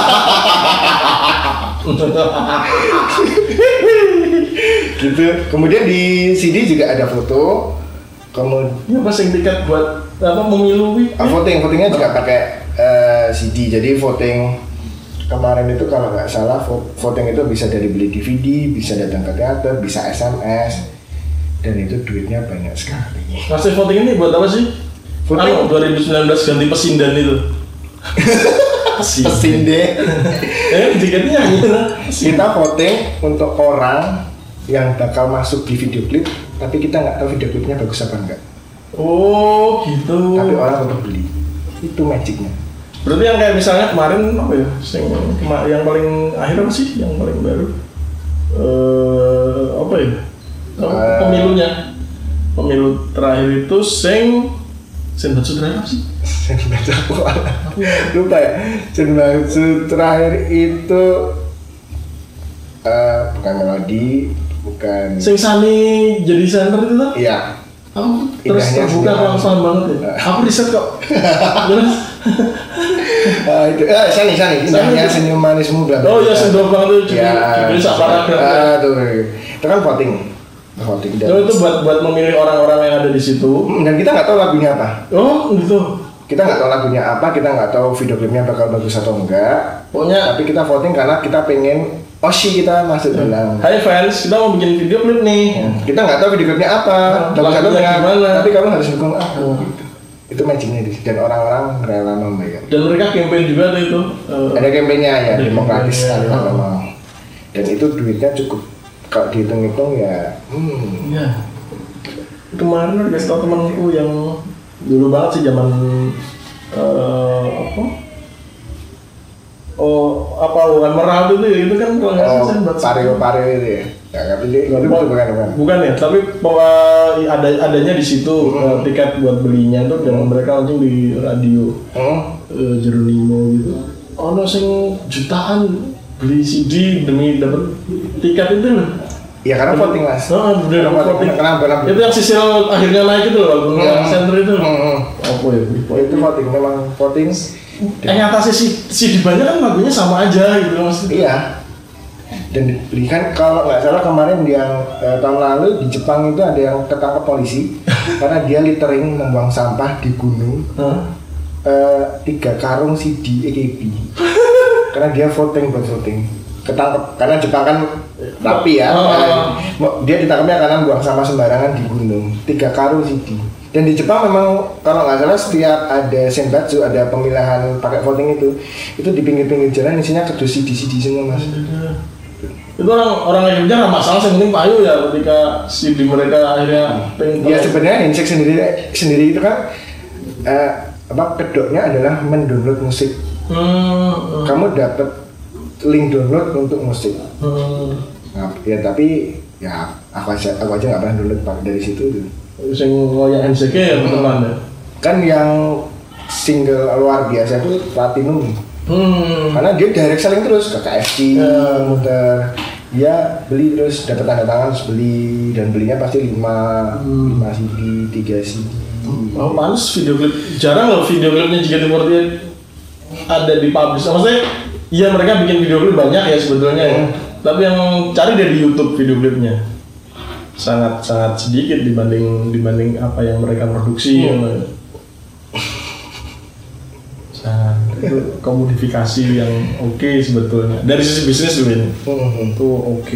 Gitu. Kemudian di CD juga ada foto. Kemudian pasang tiket buat apa memilu? Votingnya juga pakai CD. Jadi voting kemarin itu kalau nggak salah voting itu bisa dari beli DVD, bisa datang ke teater, bisa SMS, dan itu duitnya banyak sekali. Masih voting ini buat apa sih? Voting 2019 ganti pesindan itu. Pesinde. Tiketnya gitu. Kita voting untuk orang yang bakal masuk di video klip, tapi kita nggak tahu video klipnya bagus apa enggak. Oh gitu. Tapi orang untuk beli. Itu magicnya. Berarti yang kayak misalnya kemarin apa ya? Yang paling akhir apa sih? Yang paling baru? Apa ya? Pemilunya. Pemilu terakhir itu Senbatsu terakhir apa sih? Senbatsu apa? Lupa ya. Senbatsu terakhir itu bukan melodi, bukan. Sani jadi center itu tuh? Iya. Aku terus terbuka langsung banget ya. Aku riset kok. Itu Sani indahnya senyum manismu bilang. Oh iya senyum banget itu. Jadi paragraf. Itu kan voting. Itu buat memilih orang-orang yang ada di situ. Dan kita nggak tahu lagunya apa. Oh gitu. Kita nggak tahu lagunya apa, kita nggak tahu video klipnya bakal bagus atau enggak. Pokoknya. Tapi kita voting karena kita pengen kita masuk dalam. Hai fans, kita mau bikin video klip nih. Kita nggak tahu video klipnya apa, bagus atau enggak. Tapi kamu harus dukung aku. Itu magicnya dan orang-orang rela membayar. Dan mereka campaign juga itu. Ada campaignnya ya, demokratis sekali lah memang. Dan itu duitnya cukup. Kalau dihitung-hitung ya. Iya. Kemarin ada satu temanku yang dulu banget sih zaman bukan merah itu ya, itu kan kalau nggak salah buat pario itu ya. Bukan ya, tapi adanya di situ tiket buat belinya tuh dan mereka langsung di radio Jeronimo gitu. Ono sing jutaan beli CD demi dapat tiket itu loh. Ya karena voting mas. Bener voting. Kenapa? Itu yang sisil akhirnya naik itu loh, yang center itu. Apa ya? Itu voting, memang voting. Nyata si banyak kan lagunya sama aja gitu mas. Iya. Dan dibelikan kalau nggak salah kemarin yang tahun lalu di Jepang itu ada yang ketangkap polisi karena dia littering membuang sampah di gunung. 3 karung CD EKB. Karena dia voting ketangkep karena Jepang kan rapi ya. Dia ditangkapnya karena buang sampah sembarangan di gunung. 3 karung CD. Dan di Jepang memang kalau nggak salah setiap ada senbatsu, ada pemilihan pakai voting itu di pinggir-pinggir jalan isinya kedus CD semua mas. Itu orang yang kerja nggak masalah, yang penting payu ya ketika CD mereka akhirnya ya sebenarnya handshake sendiri itu kan kedoknya adalah mendownload musik. Kamu dapat link download untuk musik. Nah, ya tapi ya aku aja nggak pernah download dari situ. Yang ngoyak NCK ya teman ya. Kan yang single luar biasa itu platinum. Karena dia direct selling terus ke KFC, muter. Dia beli terus dapat tanda tangan terus beli dan belinya pasti 5 CD, 3 CD. Oh, panas video klip. Jarang loh video klipnya JKT48 ada di publish. Maksudnya iya mereka bikin video klip banyak ya sebetulnya ya. Tapi yang cari dari YouTube video klipnya sangat sedikit dibanding apa yang mereka produksi. Itu komodifikasi yang oke sebetulnya dari sisi bisnis dulu ini. Itu oke.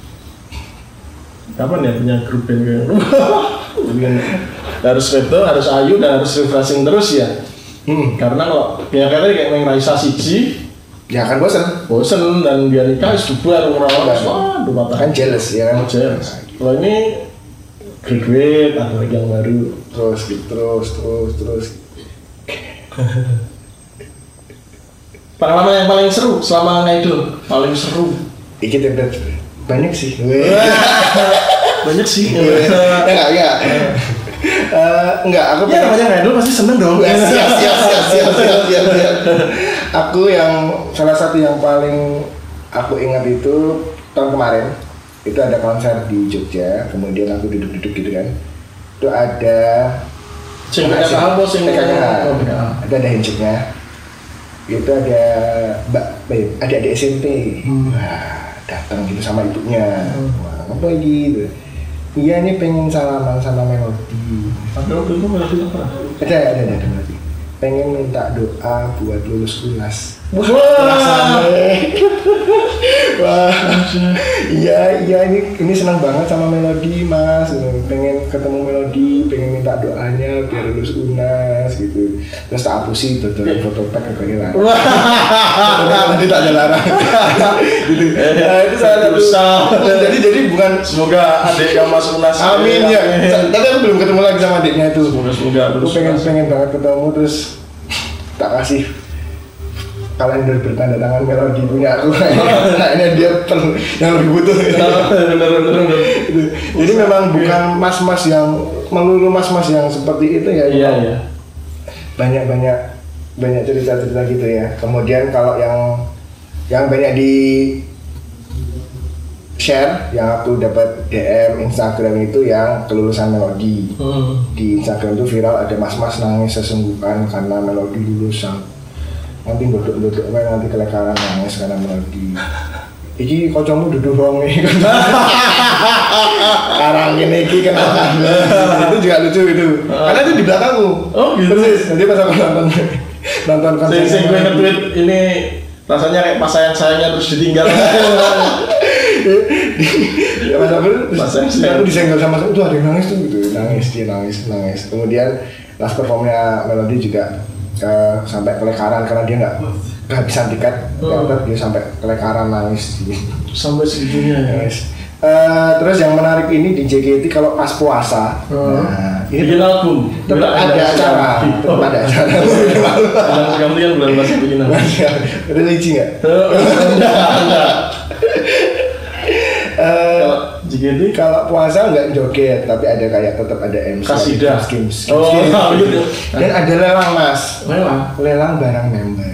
Kapan ya punya grup band kayak harus Veto, harus Ayu dan harus refreshing terus ya. Karena kalau ya kayak main Raisa Siji ya kan bosan dan dia nikah bubar orang-orang waduh mata kan jealous ya kan. Jealous. Kalau ini graduate ada lagi yang baru terus. Pengalaman yang paling seru selama ngidol, paling seru. Dikit ya banyak sih. Banyak sih. Ya. Enggak, aku ya namanya ngidol pasti seneng dong. Siap. Aku yang salah satu yang paling aku ingat itu tahun kemarin itu ada konser di Jogja, kemudian aku duduk-duduk gitu kan, itu ada ada handshake-nya, itu ada adik-adik SMP, wah datang gitu sama ibunya, wah apa gitu, iya ini pengen salaman sama Melody. Ada Melody apa? Ada Melody. Pengen minta doa buat lulus UNAS. Wah, iya ini senang banget sama Melody mas, pengen ketemu Melody, pengen minta doanya biar lulus UNAS gitu. Terus tak hapusin tutorial foto pack kayak lah. Nanti tak ada larang. Gitu. Itu salah satu. Jadi bukan semoga adik yang masuk UNAS. Amin ya. Tapi aku belum ketemu lagi sama adiknya itu. Semoga. Aku pengen banget ketemu, terus tak kasih kalender bertanda tangan Melody punya aku. Kayaknya dia yang lebih butuh. Bener. Jadi memang bukan mas-mas yang melulu mas-mas yang seperti itu ya. Iya. Banyak cerita-cerita gitu ya. Kemudian kalau yang banyak di share, yang aku dapat DM Instagram itu yang kelulusan Melody. Di Instagram itu viral ada mas-mas nangis sesungguhan karena Melody lulus, nanti duduk nanti kelekaran nangis karena Melody. Iki kocokmu duduk dong nih. Sekarang ini iki kenapa? Itu juga lucu itu. Karena itu di belakangku. Oh gitu. Persis. Nanti pas aku nonton konser. Sing gue nge-tweet ini rasanya kayak pas sayang-sayangnya terus ditinggal. Aku disenggol sama itu ada yang nangis tuh gitu, nangis. Kemudian last performnya Melody juga sampai kelekaran karena dia nggak kehabisan tiket, dia sampai kelekaran nangis. Sampai segitunya ya. Terus yang menarik ini di JKT kalau pas puasa, ini bikin album, tetap ada acara. Gantian bulan puasa bikin album. Religi nggak? JKT kalau puasa nggak joget, tapi ada kayak tetap ada MC, kasidah, gitu. Dan ada lelang mas, lelang barang member.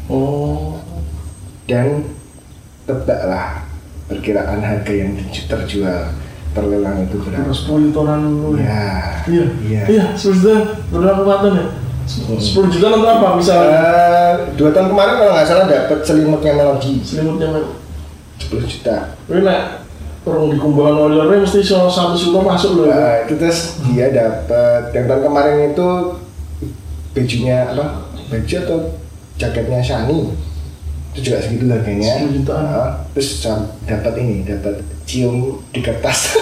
Dan tebaklah perkiraan harga yang terjual terlelang itu berapa? 10 jutaan dulu ya. Iya, 10 juta berapa kekuatan ya? 10 juta untuk apa? Bisa 2 tahun kemarin kalau nggak salah dapat selimutnya Melody. 10 juta. Ini nak orang di kumpulan oleh mesti 1 juta masuk loh. Itu terus dia dapat yang tahun kemarin itu bajunya apa? Baju atau jaketnya Shani. Itu juga segitu harganya. 10 jutaan. Terus dapat cium di kertas.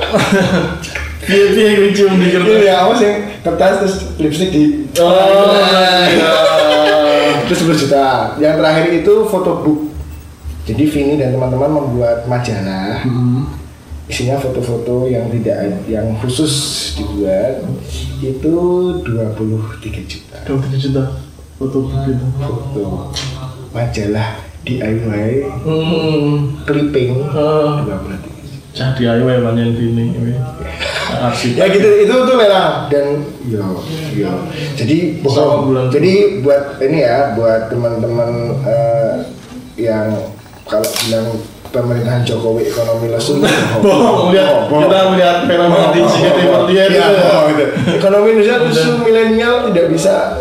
Iya cium di kertas. Iya, apa sih? Kertas terus lipstick di. Terus 10 juta. Yang terakhir itu photobook. Jadi Vini dan teman-teman membuat majalah. Isinya foto-foto yang khusus dibuat. Itu 23 juta. 23 juta. Foto majalah DIY clipping 23. Cah DIY banyak Vini arsip. Ya gitu, itu tuh lelang dan yo. Jadi buat ini ya, buat teman-teman yang kalau bilang pemerintahan Jokowi ekonomi lesu, kita melihat fenomena di JKT48 itu. Ekonomi Indonesia lesu, milenial tidak bisa.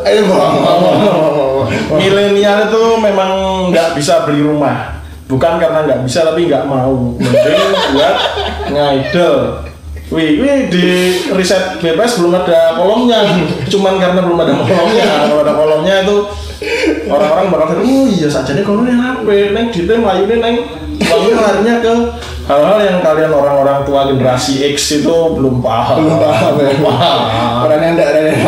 Milenial itu memang nggak bisa beli rumah, bukan karena nggak bisa tapi nggak mau. Mending buat ngidol. Wih, di riset BPS belum ada kolomnya, cuman karena belum ada kolomnya. Kalau ada kolomnya itu orang-orang bakal oh iya sajane kolomnya apa? Neng di tem layune neng lalu larinya ke hal-hal yang kalian orang-orang tua generasi X itu belum paham. Orang nyanda.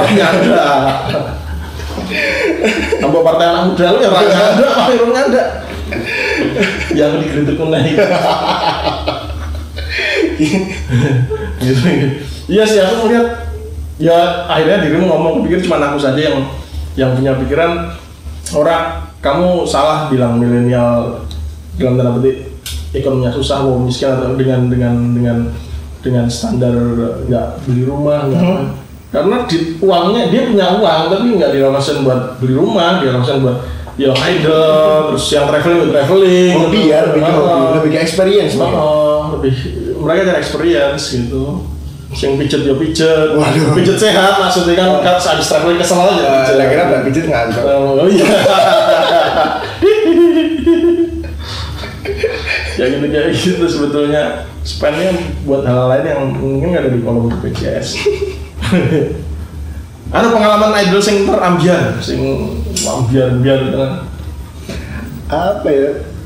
Tambah partai anak muda lu ya orang nyanda. Yang dikritik naik. Gitu. Iya sih aku melihat ya akhirnya dirimu ngomong, pikir cuma aku saja yang punya pikiran kamu salah bilang milenial dalam tanda petik ekonominya susah, miskin atau dengan standar nggak beli rumah nggak Karena uangnya dia punya uang tapi nggak dialokasikan buat beli rumah, dialokasikan buat ya idol, terus yang traveling hobi ya, lebih ke experience lebih mereka cari experience gitu. Yang pijet ya pijet, pijet sehat maksudnya kan habis traveling kesel aja. Kira-kira nggak pijet ngantuk. Oh iya. Kayak gitu sebetulnya spendnya buat hal lain yang mungkin nggak ada di kolom BPJS. Ada pengalaman idol sing terambiar, sing ambiar dengan apa ya?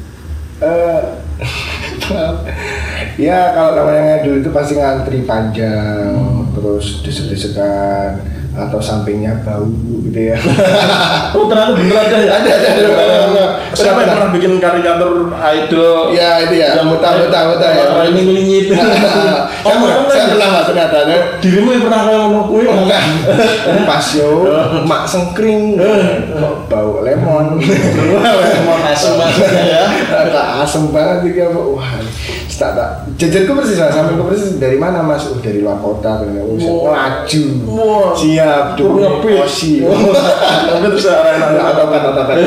Ya kalau namanya ngidol itu pasti ngantri panjang, terus desek-desekan atau sampingnya bau gitu ya. Oh ternyata bener ada ya? Ada. Siapa yang pernah bikin karikatur idol? Ya itu ya, buta ya. Ini ngelinyit. Saya pernah lah ternyata. Dirimu yang pernah kayak ngomong kue? Enggak. Pas yo, mak sengkring, bau lemon. Lemon asem maksudnya ya. Asem banget gitu ya. Wah, tak. Jajarku persis lah, sampingku persis dari mana mas? Dari luar kota, laju. Siap, turun ngepi. Tapi terus otak-otak.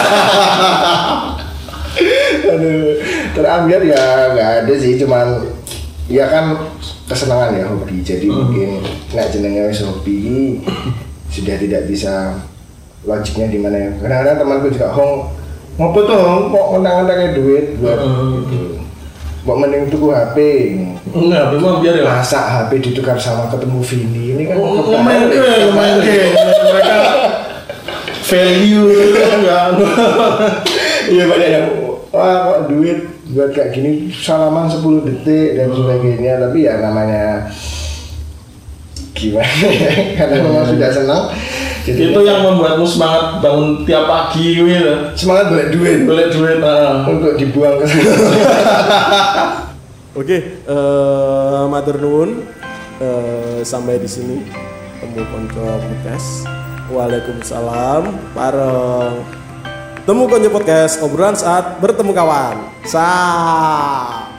Aduh, terambil ya nggak ada sih, cuman ya kan kesenangan ya, hobi. Jadi mungkin nek jenenge wis hobi sudah tidak bisa logiknya di mana ya. Kadang-kadang temanku juga ngopo tuh kok ngentang-ngentangnya duit buat gitu. Mbak mending tuku HP. Enggak, memang biar ya. Masa HP ditukar sama ketemu Vini ini kan lumayan mereka value enggak. Iya banyak yang wah kok duit buat kayak gini salaman 10 detik dan sebagainya, tapi ya namanya gimana ya, karena memang sudah senang. Jadi itu yang membuatmu semangat bangun tiap pagi gitu. Semangat boleh duit untuk dibuang ke sana. Oke, matur nuwun. Sampai di sini Temu Konco Podcast. Waalaikumsalam. Bareng Temu Konco Podcast, obrolan saat bertemu kawan.